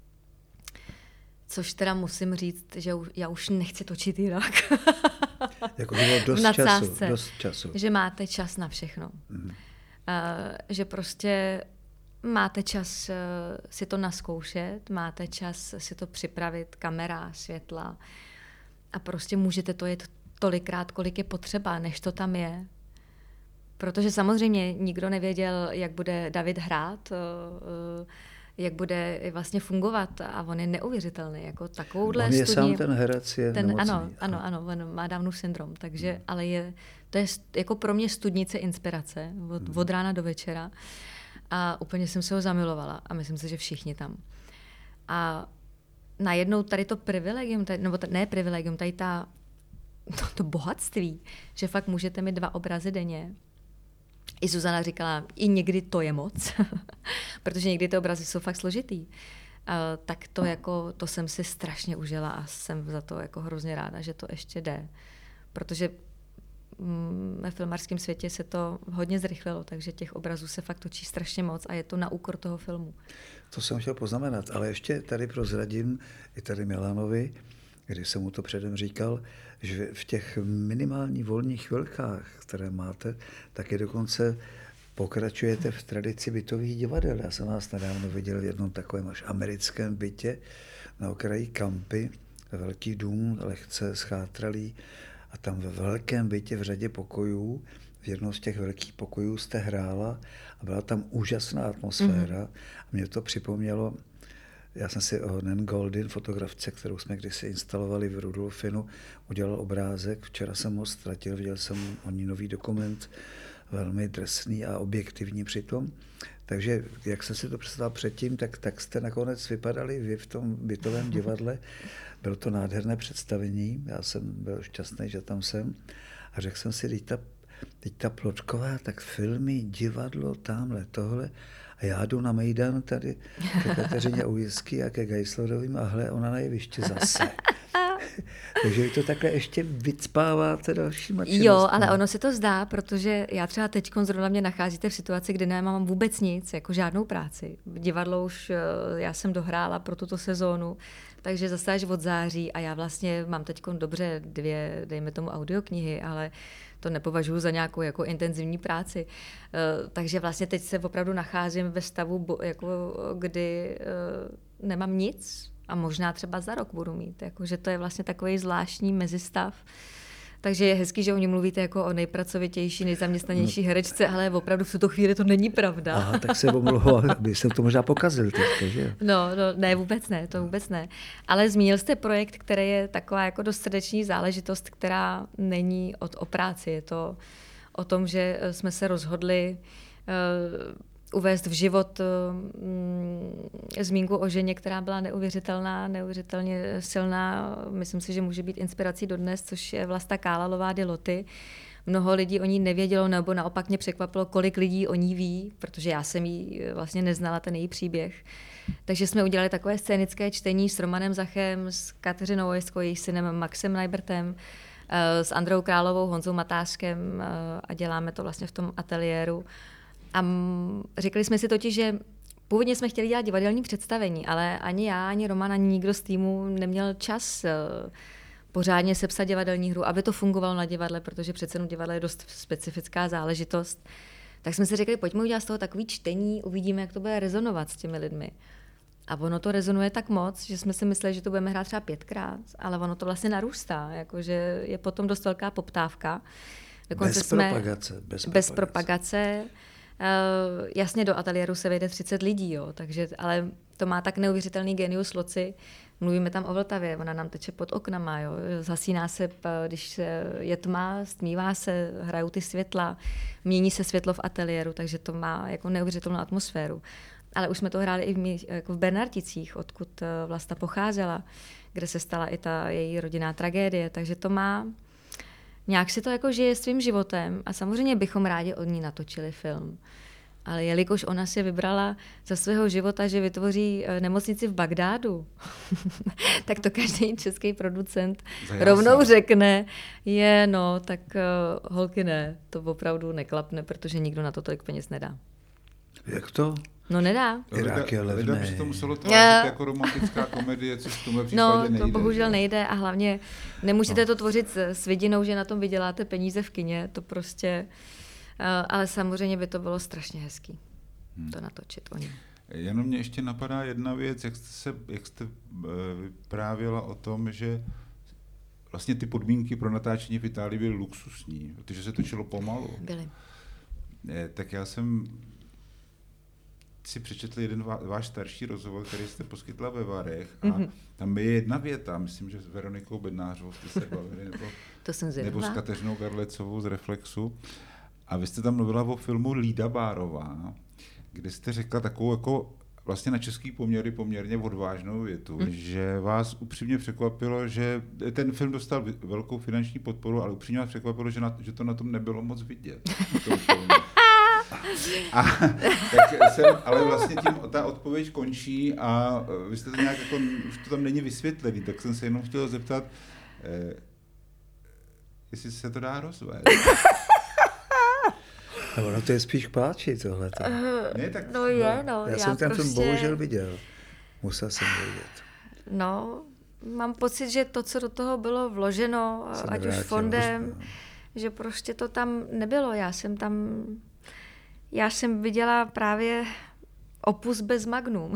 Což teda musím říct, že já už nechci točit jinak. Jako bylo dost na času, cásce, dost času. Že máte čas na všechno. Mm. Uh, že prostě máte čas uh, si to naskoušet, máte čas si to připravit, kamera, světla a prostě můžete to jet tolikrát, kolik je potřeba, než to tam je. Protože samozřejmě nikdo nevěděl, jak bude David hrát, uh, jak bude vlastně fungovat a on je neuvěřitelný, jako takovouhle On je studii, sám ten herec, je ten, nemocný. Ano, ano, ano, on má Downův syndrom, takže, hmm. ale je, to je jako pro mě studnice inspirace od, hmm. od rána do večera a úplně jsem se ho zamilovala a myslím si, že všichni tam. A najednou tady to privilegium, tady, nebo ne privilegium, tady ta, to, to bohatství, že fakt můžete mít dva obrazy denně. I Zuzana říkala, i někdy to je moc, protože někdy ty obrazy jsou fakt složitý. Uh, tak to, jako, to jsem si strašně užila a jsem za to jako hrozně ráda, že to ještě jde. Protože mm, ve filmařském světě se to hodně zrychlilo, takže těch obrazů se fakt točí strašně moc a je to na úkor toho filmu. To jsem chtěl poznamenat, ale ještě tady prozradím i tady Milanovi, když jsem mu to předem říkal, že v těch minimálních volných chvilkách, které máte, tak je dokonce pokračujete v tradici bytových divadel. Já jsem vás nedávno viděl v jednom takovém až americkém bytě na okraji Kampy, velký dům, lehce schátralý, a tam ve velkém bytě v řadě pokojů, v jednom z těch velkých pokojů jste hrála a byla tam úžasná atmosféra. Mm-hmm. A mě to připomnělo, já jsem si o Nan Goldin, fotografce, kterou jsme kdysi instalovali v Rudolfinu, udělal obrázek. Včera jsem ho ztratil, viděl jsem o ní nový dokument, velmi drsný a objektivní přitom. Takže jak jsem si to představil předtím, tak, tak jste nakonec vypadali vy v tom bytovém divadle. Bylo to nádherné představení, já jsem byl šťastný, že tam jsem. A řekl jsem si, teď ta, teď ta Plotková, tak filmy, divadlo, tamhle, tohle. A já jdu na Mejdan tady ke Kateřině Ujisky a ke Geislerovým a hle, ona na jevišti zase. Takže vy to takhle ještě vycpáváte dalšíma činnostmi. Jo, ale ono se to zdá, protože já třeba teď zrovna mě nacházíte v situaci, kdy nemám vůbec nic, jako žádnou práci. Divadlo už já jsem dohrála pro tuto sezónu, takže zase až od září a já vlastně mám teď dobře dvě, dejme tomu, audioknihy, ale to nepovažuji za nějakou jako intenzivní práci. Takže vlastně teď se opravdu nacházím ve stavu, jako, kdy nemám nic, a možná třeba za rok budu mít. Jako, že to je vlastně takový zvláštní mezistav. Takže je hezký, že o ní mluvíte jako o nejpracovitější, nejzaměstnanější herečce, ale opravdu v tuto chvíli to není pravda. Aha, tak se omlouvám, aby jsem to možná pokazil teďka, že? No, no, ne, vůbec ne, to vůbec ne. Ale zmínil jste projekt, který je taková jako dost srdeční záležitost, která není od, o práci. Je to o tom, že jsme se rozhodli uh, uvést v život mm, zmínku o ženě, která byla neuvěřitelná, neuvěřitelně silná. Myslím si, že může být inspirací dodnes, což je Vlasta Kálalová de Loty. Mnoho lidí o ní nevědělo, nebo naopak mě překvapilo, kolik lidí o ní ví, protože já jsem ji vlastně neznala, ten její příběh. Takže jsme udělali takové scénické čtení s Romanem Zachem, s Kateřinou Ojiskou, jejím synem Maxem Najbertem, s Andreou Královou, Honzou Matáškem a děláme to vlastně v tom ateliéru. A řekli jsme si totiž, že původně jsme chtěli dělat divadelní představení, ale ani já, ani Roman, ani nikdo z týmu neměl čas pořádně sepsat divadelní hru, aby to fungovalo na divadle, protože přece jenom divadlo je dost specifická záležitost. Tak jsme si řekli, pojďme udělat z toho takový čtení, uvidíme, jak to bude rezonovat s těmi lidmi. A ono to rezonuje tak moc, že jsme si mysleli, že to budeme hrát třeba pětkrát, ale ono to vlastně narůstá, jakože je potom dost velká poptávka. Dokonce bez jsme, propagace. Bez, bez propagace. Uh, jasně, do ateliéru se vejde třicet lidí, jo, takže, ale to má tak neuvěřitelný genius loci. Mluvíme tam o Vltavě, ona nám teče pod oknama, jo. Zasíná se, když je tma, stmívá se, hrajou ty světla, mění se světlo v ateliéru, takže to má jako neuvěřitelnou atmosféru. Ale už jsme to hráli i v, jako v Bernarticích, odkud Vlasta pocházela, kde se stala i ta její rodinná tragédie, takže to má, nějak si to jako žije svým životem a samozřejmě bychom rádi od ní natočili film. Ale jelikož ona si vybrala za svého života, že vytvoří nemocnici v Bagdádu, tak to každý český producent Zajásal. rovnou řekne, je no, tak uh, holky ne, to opravdu neklapne, protože nikdo na to tolik peněz nedá. Jak to? No nedá. Irák je levný. Lidem se to muselo tvářit jako romantická komedie, což v tomhle případě no, nejde. No, to bohužel že? nejde a hlavně nemůžete no. to tvořit s vidinou, že na tom vyděláte peníze v kině, to prostě... Uh, ale samozřejmě by to bylo strašně hezký, hmm. to natočit o ní. Jenom mě ještě napadá jedna věc, jak jste, se, jak jste uh, vyprávěla o tom, že vlastně ty podmínky pro natáčení v Itálii byly luxusní, protože se točilo pomalu. Byly. Eh, tak já jsem si přečetl jeden vá, váš starší rozhovor, který jste poskytla ve Varech a mm-hmm. tam je jedna věta, myslím, že s Veronikou Bednářovou jste se bavili, nebo, to jsem nebo s Kateřinou Garlecovou z Reflexu. A vy jste tam mluvila o filmu Lída Bárová, kde jste řekla takovou jako vlastně na český poměry poměrně odvážnou větu, mm. že vás upřímně překvapilo, že ten film dostal velkou finanční podporu, ale upřímně vás překvapilo, že, na, že to na tom nebylo moc vidět. A, tak jsem, ale vlastně tím ta odpověď končí a vy jste to nějak jako, už to tam není vysvětlený, tak jsem se jenom chtěl zeptat, eh, jestli se to dá rozvést. No, ono to je spíš k pláči tohleto. Ne, tak, no je, no. Já, já jsem ten prostě... film bohužel viděl. Musel jsem vidět. No, mám pocit, že to, co do toho bylo vloženo, se ať už fondem, už, no. že prostě to tam nebylo. Já jsem tam, já jsem viděla právě opus bez magnum.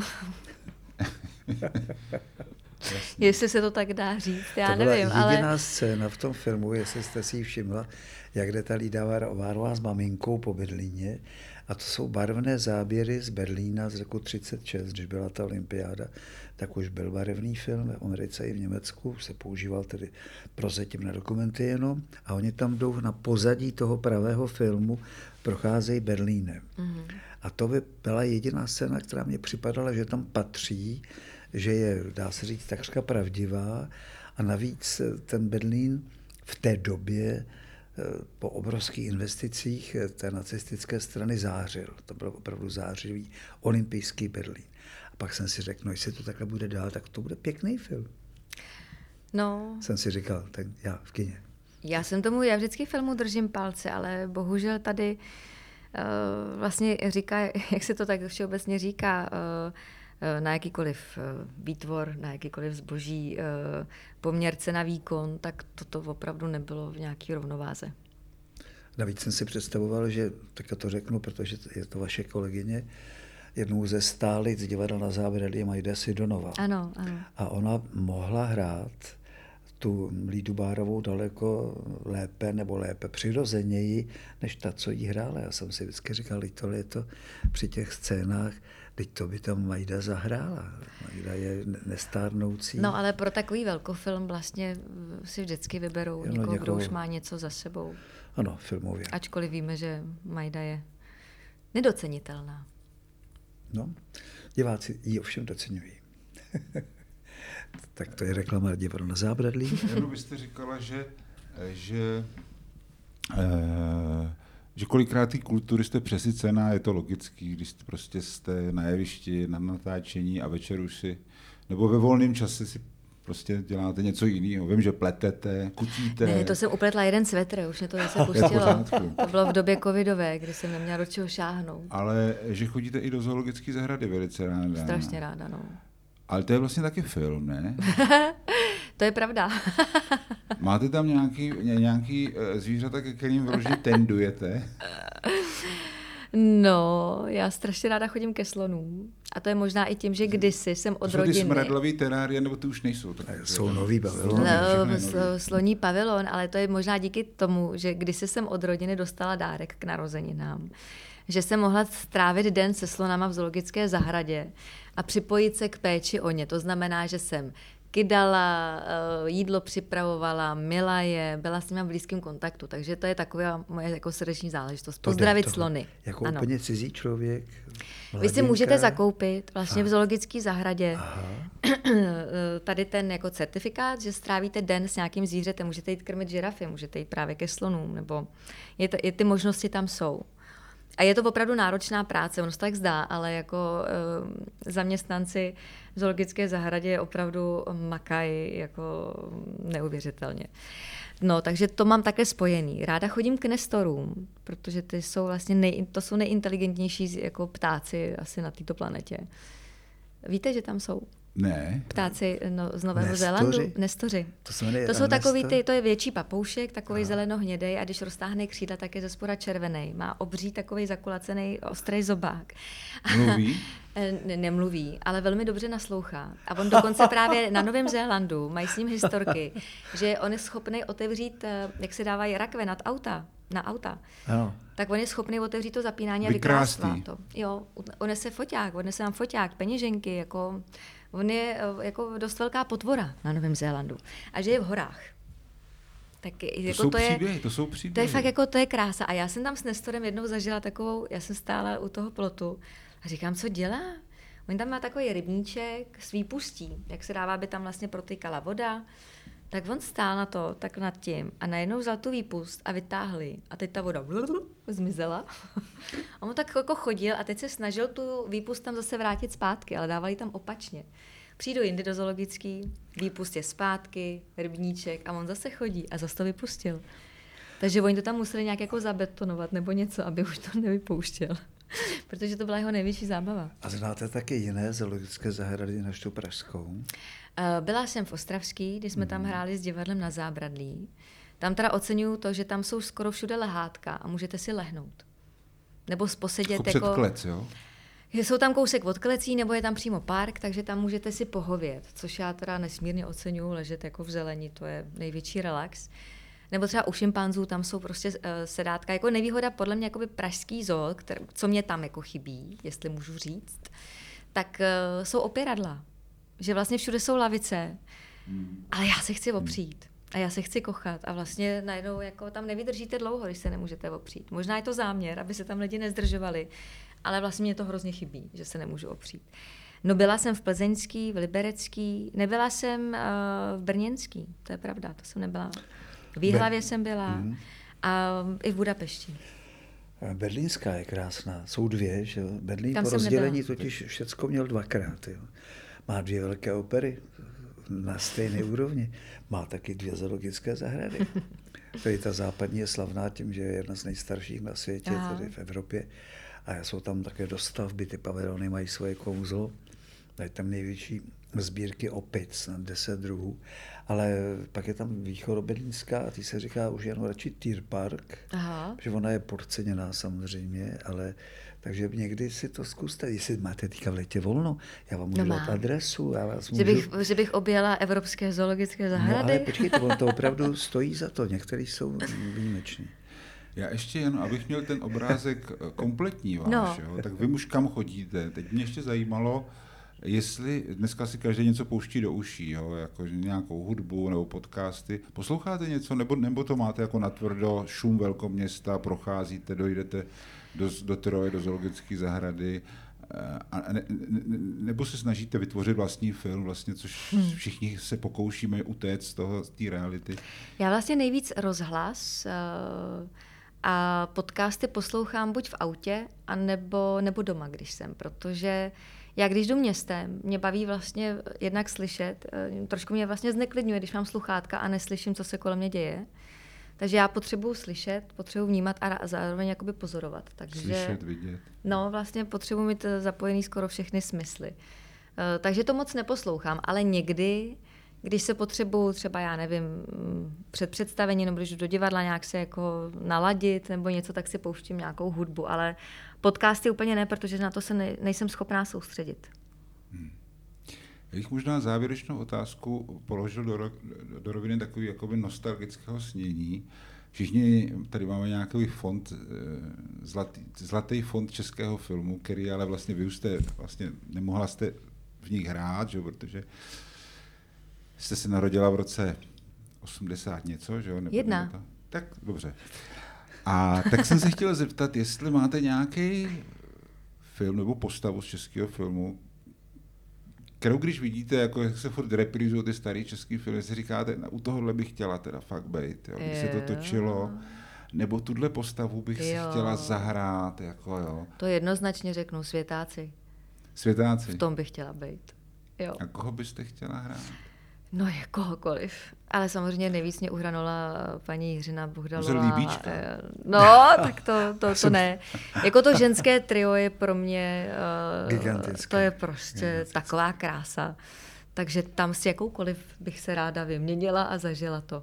Jestli se to tak dá říct, já to byla nevím. jediná ale... scéna v tom filmu, jestli jste si ji všimla, jak jde ta Lída Bárová s maminkou po Berlíně. A to jsou barevné záběry z Berlína z roku třicet šest, když byla ta olympiáda, tak už byl barevný film v Americe i v Německu, už se používal tedy prozatím na dokumenty jenom. A oni tam jdou na pozadí toho pravého filmu, procházejí Berlínem. Mm-hmm. A to by byla jediná scéna, která mě připadala, že tam patří, že je, dá se říct, takřka pravdivá a navíc ten Berlín v té době po obrovských investicích té nacistické strany zářil. To bylo opravdu zářivý olympijský Berlín. A pak jsem si řekl, no jestli to takhle bude dál, tak to bude pěkný film. No. Jsem si říkal, tak já v kině. Já jsem tomu, já vždycky filmu držím palce, ale bohužel tady uh, vlastně říká, jak se to tak všeobecně říká, uh, na jakýkoliv výtvor, na jakýkoliv zboží, poměr cena výkon, tak toto opravdu nebylo v nějaký rovnováze. Navíc jsem si představoval, že, tak to řeknu, protože je to vaše kolegyně, jednou ze stálic divadla Na zábradlí je Majda Sidonová. Ano, ano. A ona mohla hrát tu Lídu Bárovou daleko lépe nebo lépe přirozeněji, než ta, co jí hrála. Já jsem si vždycky říkal, tohle je to při těch scénách, teď to by tam Majda zahrála. Majda je nestárnoucí. No ale pro takový velkofilm vlastně si vždycky vyberou no, někoho, někoho, kdo už má něco za sebou. Ano, filmově. Ačkoliv víme, že Majda je nedocenitelná. No, diváci ji ovšem doceňují. Tak to je reklama divadla Na zábradlí. Jenom byste říkala, že, že, eh, že kolikrát ty kultury jste přesycená, je to logický, když jste prostě jste na jevišti, na natáčení a večer už si, nebo ve volném čase si prostě děláte něco jiného. Vím, že pletete, kutíte. Ne, to jsem upletla jeden svetr, už mě to zase pustilo. To bylo v době covidové, kdy jsem neměla do čeho šáhnout. Ale že chodíte i do zoologické zahrady velice ráda. Strašně ráda, no. Ale to je vlastně taky film, ne? To je pravda. Máte tam nějaký, nějaký zvířata, ke kterým vyloženě tendujete? No, já strašně ráda chodím ke slonům. A to je možná i tím, že kdysi jsem od to rodiny... To jsou ty smradlavý terárie, nebo ty už nejsou? Tak, jsou nový pavilon. No, sloní pavilon, ale to je možná díky tomu, že kdysi jsem od rodiny dostala dárek k narozeninám. Že jsem mohla strávit den se slonama v zoologické zahradě a připojit se k péči o ně. To znamená, že jsem kydala, jídlo připravovala, mila je, byla s nimi v blízkém kontaktu. Takže to je taková moje jako srdeční záležitost. Pozdravit slony. Jako ano. Úplně cizí člověk. Mladinka. Vy si můžete zakoupit vlastně Aha. v zoologické zahradě Aha. tady ten jako certifikát, že strávíte den s nějakým zvířetem. Můžete jít krmit žirafy, můžete jít právě ke slonům, nebo je to, je, ty možnosti tam jsou. A je to opravdu náročná práce, ono se tak zdá, ale jako e, zaměstnanci v zoologické zahradě opravdu makají jako neuvěřitelně. No, takže to mám také spojený. Ráda chodím k nestorům, protože ty jsou vlastně nej, to jsou nejinteligentnější jako ptáci asi na této planetě. Víte, že tam jsou? Ne. Ptáci no, z Nového Nestoři? Zélandu. Nestoři. To, se jmenuje to jsou takový nestor? ty, to je větší papoušek, takový zelenohnědej a když roztáhne křídla, tak je ze spoda červený. Má obří takový zakulacený ostrý zobák. Mluví? ne, nemluví, ale velmi dobře naslouchá. A on dokonce právě na Novém Zélandu mají s ním historky, že on je schopný otevřít, jak se dávají rakve nad auta, na auta. Ano. Tak on je schopný otevřít to zapínání a vykrásný. vykrásná to. Jo, unese foťák, odnese nám foťák, peněženky, jako, on je jako dost velká potvora na Novém Zélandu. A že je v horách. Tak to jako jsou to je, příběhy, to jsou příběhy. To je fakt jako, to je krása. A já jsem tam s Nestorem jednou zažila takovou, já jsem stála u toho plotu a říkám, co dělá? On tam má takový rybníček s výpustí, jak se dává, aby tam vlastně protykala voda. Tak on stál na to, tak nad tím a najednou vzal tu výpust a vytáhli. A teď ta voda zmizela. A on tak jako chodil a teď se snažil tu výpust tam zase vrátit zpátky, ale dávali tam opačně. Přijdu jindy do zoologický, výpust je zpátky, rybníček a on zase chodí a zase to vypustil. Takže oni to tam museli nějak jako zabetonovat nebo něco, aby už to nevypouštěl. Protože to byla jeho největší zábava. A znáte taky jiné zoologické zahrady než tu pražskou? Byla jsem v Ostravský, kdy jsme tam hráli s divadlem Na zábradlí. Tam teda oceňuju to, že tam jsou skoro všude lehátka a můžete si lehnout. Nebo posedět jako... jako... klec, jo? Jsou tam kousek od klecí, nebo je tam přímo park, takže tam můžete si pohovět, což já teda nesmírně oceňuju, ležet jako v zelení, to je největší relax. Nebo třeba u šimpanzů, tam jsou prostě uh, sedátka. Jako nevýhoda podle mě jakoby pražský zoo, který, co mě tam jako chybí, jestli můžu říct, tak uh, jsou opěradla. Že vlastně všude jsou lavice, hmm. ale já se chci opřít. A já se chci kochat a vlastně najednou jako tam nevydržíte dlouho, když se nemůžete opřít. Možná je to záměr, aby se tam lidi nezdržovali, ale vlastně mě to hrozně chybí, že se nemůžu opřít. No byla jsem v Plzeňský, v Liberecký, nebyla jsem uh, v Brněnský, to je pravda, to jsem nebyla. V Výhlavě jsem byla. Mm. A i v Budapešti. Berlínská je krásná. Jsou dvě, že jo? Berlín Tam po jsem rozdělení nebyla. totiž všecko měl dvakrát. Jo? Má dvě velké opery na stejné úrovni. Má taky dvě zoologické zahrady. To je ta západní je slavná tím, že je jedna z nejstarších na světě, Aha. tedy v Evropě. A jsou tam také dostavby, ty pavilony mají svoje kouzlo. Dají tam největší sbírky opic, na deset druhů. Ale pak je tam východoberlínská a ty se říká už jen radši Tierpark, Aha. že ona je podceněná samozřejmě, ale takže někdy si to zkuste, jestli máte teďka v létě volno, já vám můžu No dát mám. adresu, já vás můžu... Že bych, že bych objela Evropské zoologické zahrady? No ale počkejte, on to opravdu stojí za to, některý jsou výjimeční. Já ještě jen, abych měl ten obrázek kompletní váš, No. jo, tak vy už kam chodíte? Teď mě ještě zajímalo, jestli dneska si každý něco pouští do uší, jo, jako nějakou hudbu nebo podcasty. Posloucháte něco, nebo, nebo to máte jako natvrdo šum velkoměsta, procházíte, dojdete do, do Troje, do zoologické zahrady, a ne, ne, nebo se snažíte vytvořit vlastní film, vlastně, což hmm. všichni se pokoušíme utéct z toho, z té reality. Já vlastně nejvíc rozhlas uh, a podcasty poslouchám buď v autě, anebo, nebo doma, když jsem, protože já když jdu městem, mě baví vlastně jednak slyšet, uh, trošku mě vlastně zneklidňuje, když mám sluchátka a neslyším, co se kolem mě děje. Takže já potřebuji slyšet, potřebuji vnímat a zároveň jakoby pozorovat. Takže, Slyšet, vidět. No, vlastně potřebuji mít zapojený skoro všechny smysly. Uh, takže to moc neposlouchám, ale někdy, když se potřebuji třeba, já nevím, před představení, nebo když jdu do divadla nějak se jako naladit nebo něco, tak si pouštím nějakou hudbu, ale podcasty úplně ne, protože na to se ne, nejsem schopná soustředit. Hmm. Já bych možná závěrečnou otázku položil do, ro, do roviny takový jakoby nostalgického snění. Všichni tady máme nějaký fond, zlatý, zlatý fond českého filmu, který ale vlastně vy už jste, vlastně nemohla jste v nich hrát, že, protože jste se narodila v roce osmdesát něco, že jo? Nebo Jedna. To? Tak dobře. A tak jsem se chtěl zeptat, jestli máte nějaký film nebo postavu z českého filmu, kterou když vidíte, jako jak se furt reprízují ty starý český filmy, si říkáte, u tohohle bych chtěla teda fakt bejt, jo, když se to točilo, nebo tuhle postavu bych si Jo. chtěla zahrát, jako jo. To jednoznačně řeknu, Světáci. Světáci. V tom bych chtěla být. Jo. A koho byste chtěla hrát? No je kohokoliv. Ale samozřejmě nejvíc mě uhranula paní Jiřina Bohdalová. Může Líbíčka. No, tak to, to, to ne. Jako to ženské trio je pro mě, uh, Gigantické. to je prostě Gigantické. taková krása. Takže tam s jakoukoliv bych se ráda vyměnila a zažila to.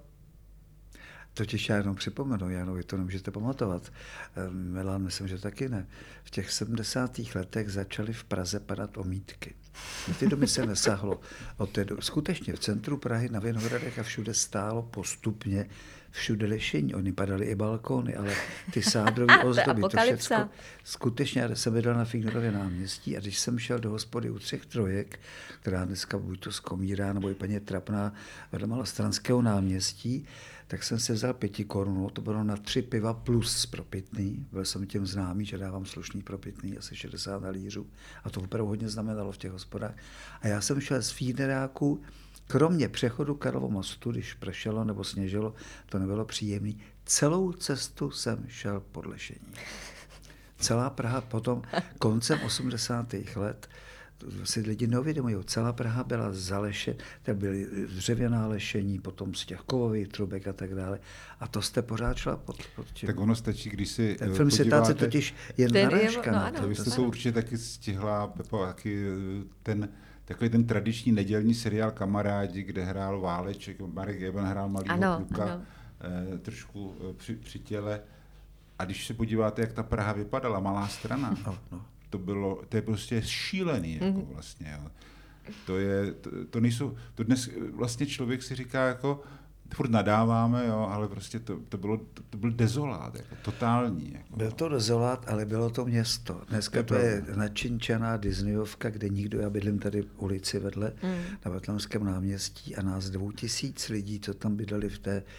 Totiž já jenom připomenu, já jenom vy to nemůžete pamatovat. Milan, myslím, že taky ne. V těch sedmdesátých letech začaly v Praze padat omítky. V té doby se nesáhlo. Od té doby, skutečně v centru Prahy na Vinohradech a všude stálo postupně všude lešení. Oni padaly i balkóny, ale ty sádrové ozdoby, to všecko. Skutečně, já jsem bydlel na Fignerově náměstí a když jsem šel do hospody u Třech trojek, která dneska buď to skomírá, nebo i paní Trapná vedle Malostranského náměstí, tak jsem si vzal pěti korunu, to bylo na tři piva plus propitný. Byl jsem tím známý, že dávám slušný propitný, asi šedesát halířů. A to opravdu hodně znamenalo v těch hospodách. A já jsem šel z Fíderáku, kromě přechodu Karlovo mostu, když pršelo nebo sněžilo, to nebylo příjemný. Celou cestu jsem šel pod lešení. Celá Praha potom koncem osmdesátých let si lidi neuvědomují. Celá Praha byla zalešena, tak byly dřevěná lešení, potom z těch kovových trubek a tak dále. A to jste pořád šla pod, pod tím. Tak ono stačí, když si Ten film Světáci totiž je narážka no, na ano. to. To byste To- to určitě taky stihla, Pepo, taky ten, takový ten tradiční nedělní seriál Kamarádi, kde hrál Váleček, Marek Eben hrál malýho Ano, kluka, ano. eh, trošku eh, při, při těle. A když se podíváte, jak ta Praha vypadala, Malá Strana, No, no. to bylo, to je prostě šílený, jako Mhm. vlastně, jo. To je, to, to nejsou, to dnes vlastně člověk si říká, jako, furt nadáváme, jo, ale prostě to, to bylo, to, to byl dezolát, jako, totální. Jako, Byl to dezolát, ale bylo to město. Dneska To je to je pravda. načinčaná Disneyovka, kde nikdo, já bydlím tady v ulici vedle, Mm. na Betlemském náměstí a nás dvou tisíc lidí, co tam bydleli v té,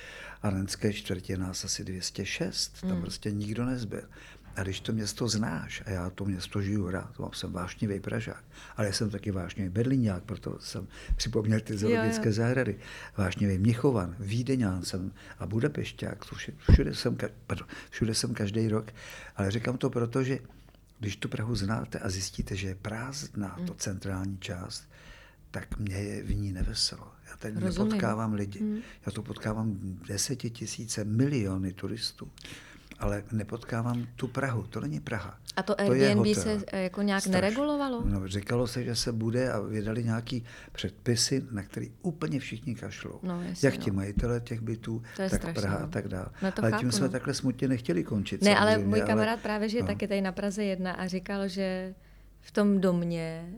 a Renské čtvrtě nás asi dvě stě šest, tam mm. prostě nikdo nezbyl. A když to město znáš, a já to město žiju rád, jsem vášnivý Pražák, ale jsem taky vášnivý Berlíňák, proto jsem připomněl ty zoologické jo, jo. zahrady, vášnivý Mnichovan, Vídeňán jsem a Budapešťák, všude jsem, pardon, všude jsem každý rok, ale říkám to proto, že když tu Prahu znáte a zjistíte, že je prázdná mm. to centrální část, tak mě je v ní neveselo. Já tady Rozumím. nepotkávám lidi, mm. já tu potkávám desetitisíce, miliony turistů. Ale nepotkávám tu Prahu, to není Praha. A to Airbnb se jako nějak Straš. neregulovalo? No, říkalo se, že se bude a vydali nějaký předpisy, na který úplně všichni kašlou. No, jasně, Jak ti no. majitele těch bytů, tak strašný, Praha no. a tak dále. No, ale chápu, tím jsme no. takhle smutně nechtěli končit. Ne, ale můj kamarád ale... právě žije no. taky tady na Praze jedna a říkal, že v tom domě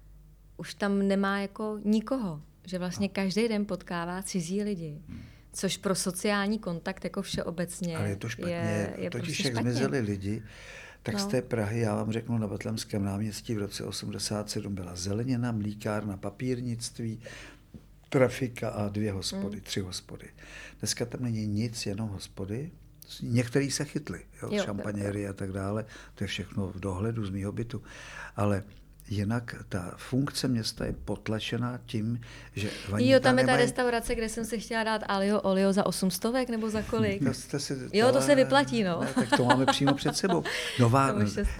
už tam nemá jako nikoho. Že vlastně no. každý den potkává cizí lidi. Hmm. Což pro sociální kontakt jako všeobecně ale je to špatně. Je, je totiž prostě jak špatně. zmizeli lidi, tak no. z té Prahy, já vám řeknu, na Betlémském náměstí v roce osmdesát sedm byla zelenina, mlíkárna, papírnictví, trafika a dvě hospody, mm. tři hospody. Dneska tam není nic, jenom hospody. Některý se chytli, jo, jo, šampaněry a tak dále, to je všechno v dohledu z mýho bytu. Ale jinak ta funkce města je potlačená tím, že Jo, tam je ta nemají... restaurace, kde jsem si chtěla dát alio olio za osm stovek nebo za kolik? To jste si, jo, to se vyplatí, no. Ne, tak to máme přímo před sebou. Nová,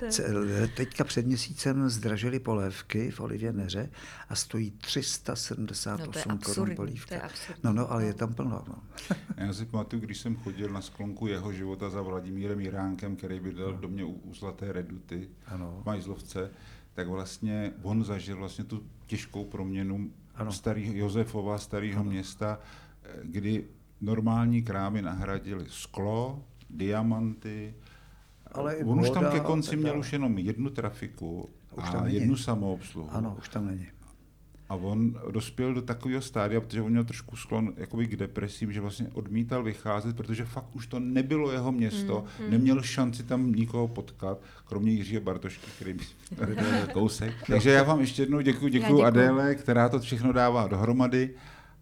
teďka před měsícem zdražily polévky v Olivě Neře a stojí tři sta sedmdesát osm no, korun polívka. No, no, ale no. je tam plno. No. Já si pamatuju, když jsem chodil na sklonku jeho života za Vladimírem Jiránkem, který bydlel no. do mě u, u Zlaté Reduty v Majzlovce, tak vlastně on zažil vlastně tu těžkou proměnu starý, Josefova, starého ano. města, kdy normální krámy nahradily sklo, diamanty. Ale on už tam ke konci měl už jenom jednu trafiku už a jednu samoobsluhu. Ano, už tam není. A on dospěl do takového stádia, protože on měl trošku sklon jakoby k depresím, že vlastně odmítal vycházet, protože fakt už to nebylo jeho město, mm, mm. neměl šanci tam nikoho potkat, kromě Jiřího Bartošky, který by tady byl kousek. Takže já vám ještě jednou děkuji, děkuji Adéle, která to všechno dává dohromady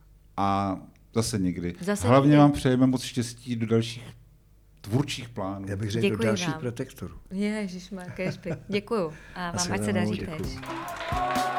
a zase někdy. Zase Hlavně někdy. vám přejeme moc štěstí do dalších tvůrčích plánů. Já bych řekl do dalších protektorů. Ježišmar, kežby. Děkuju a vám ať se daří teď.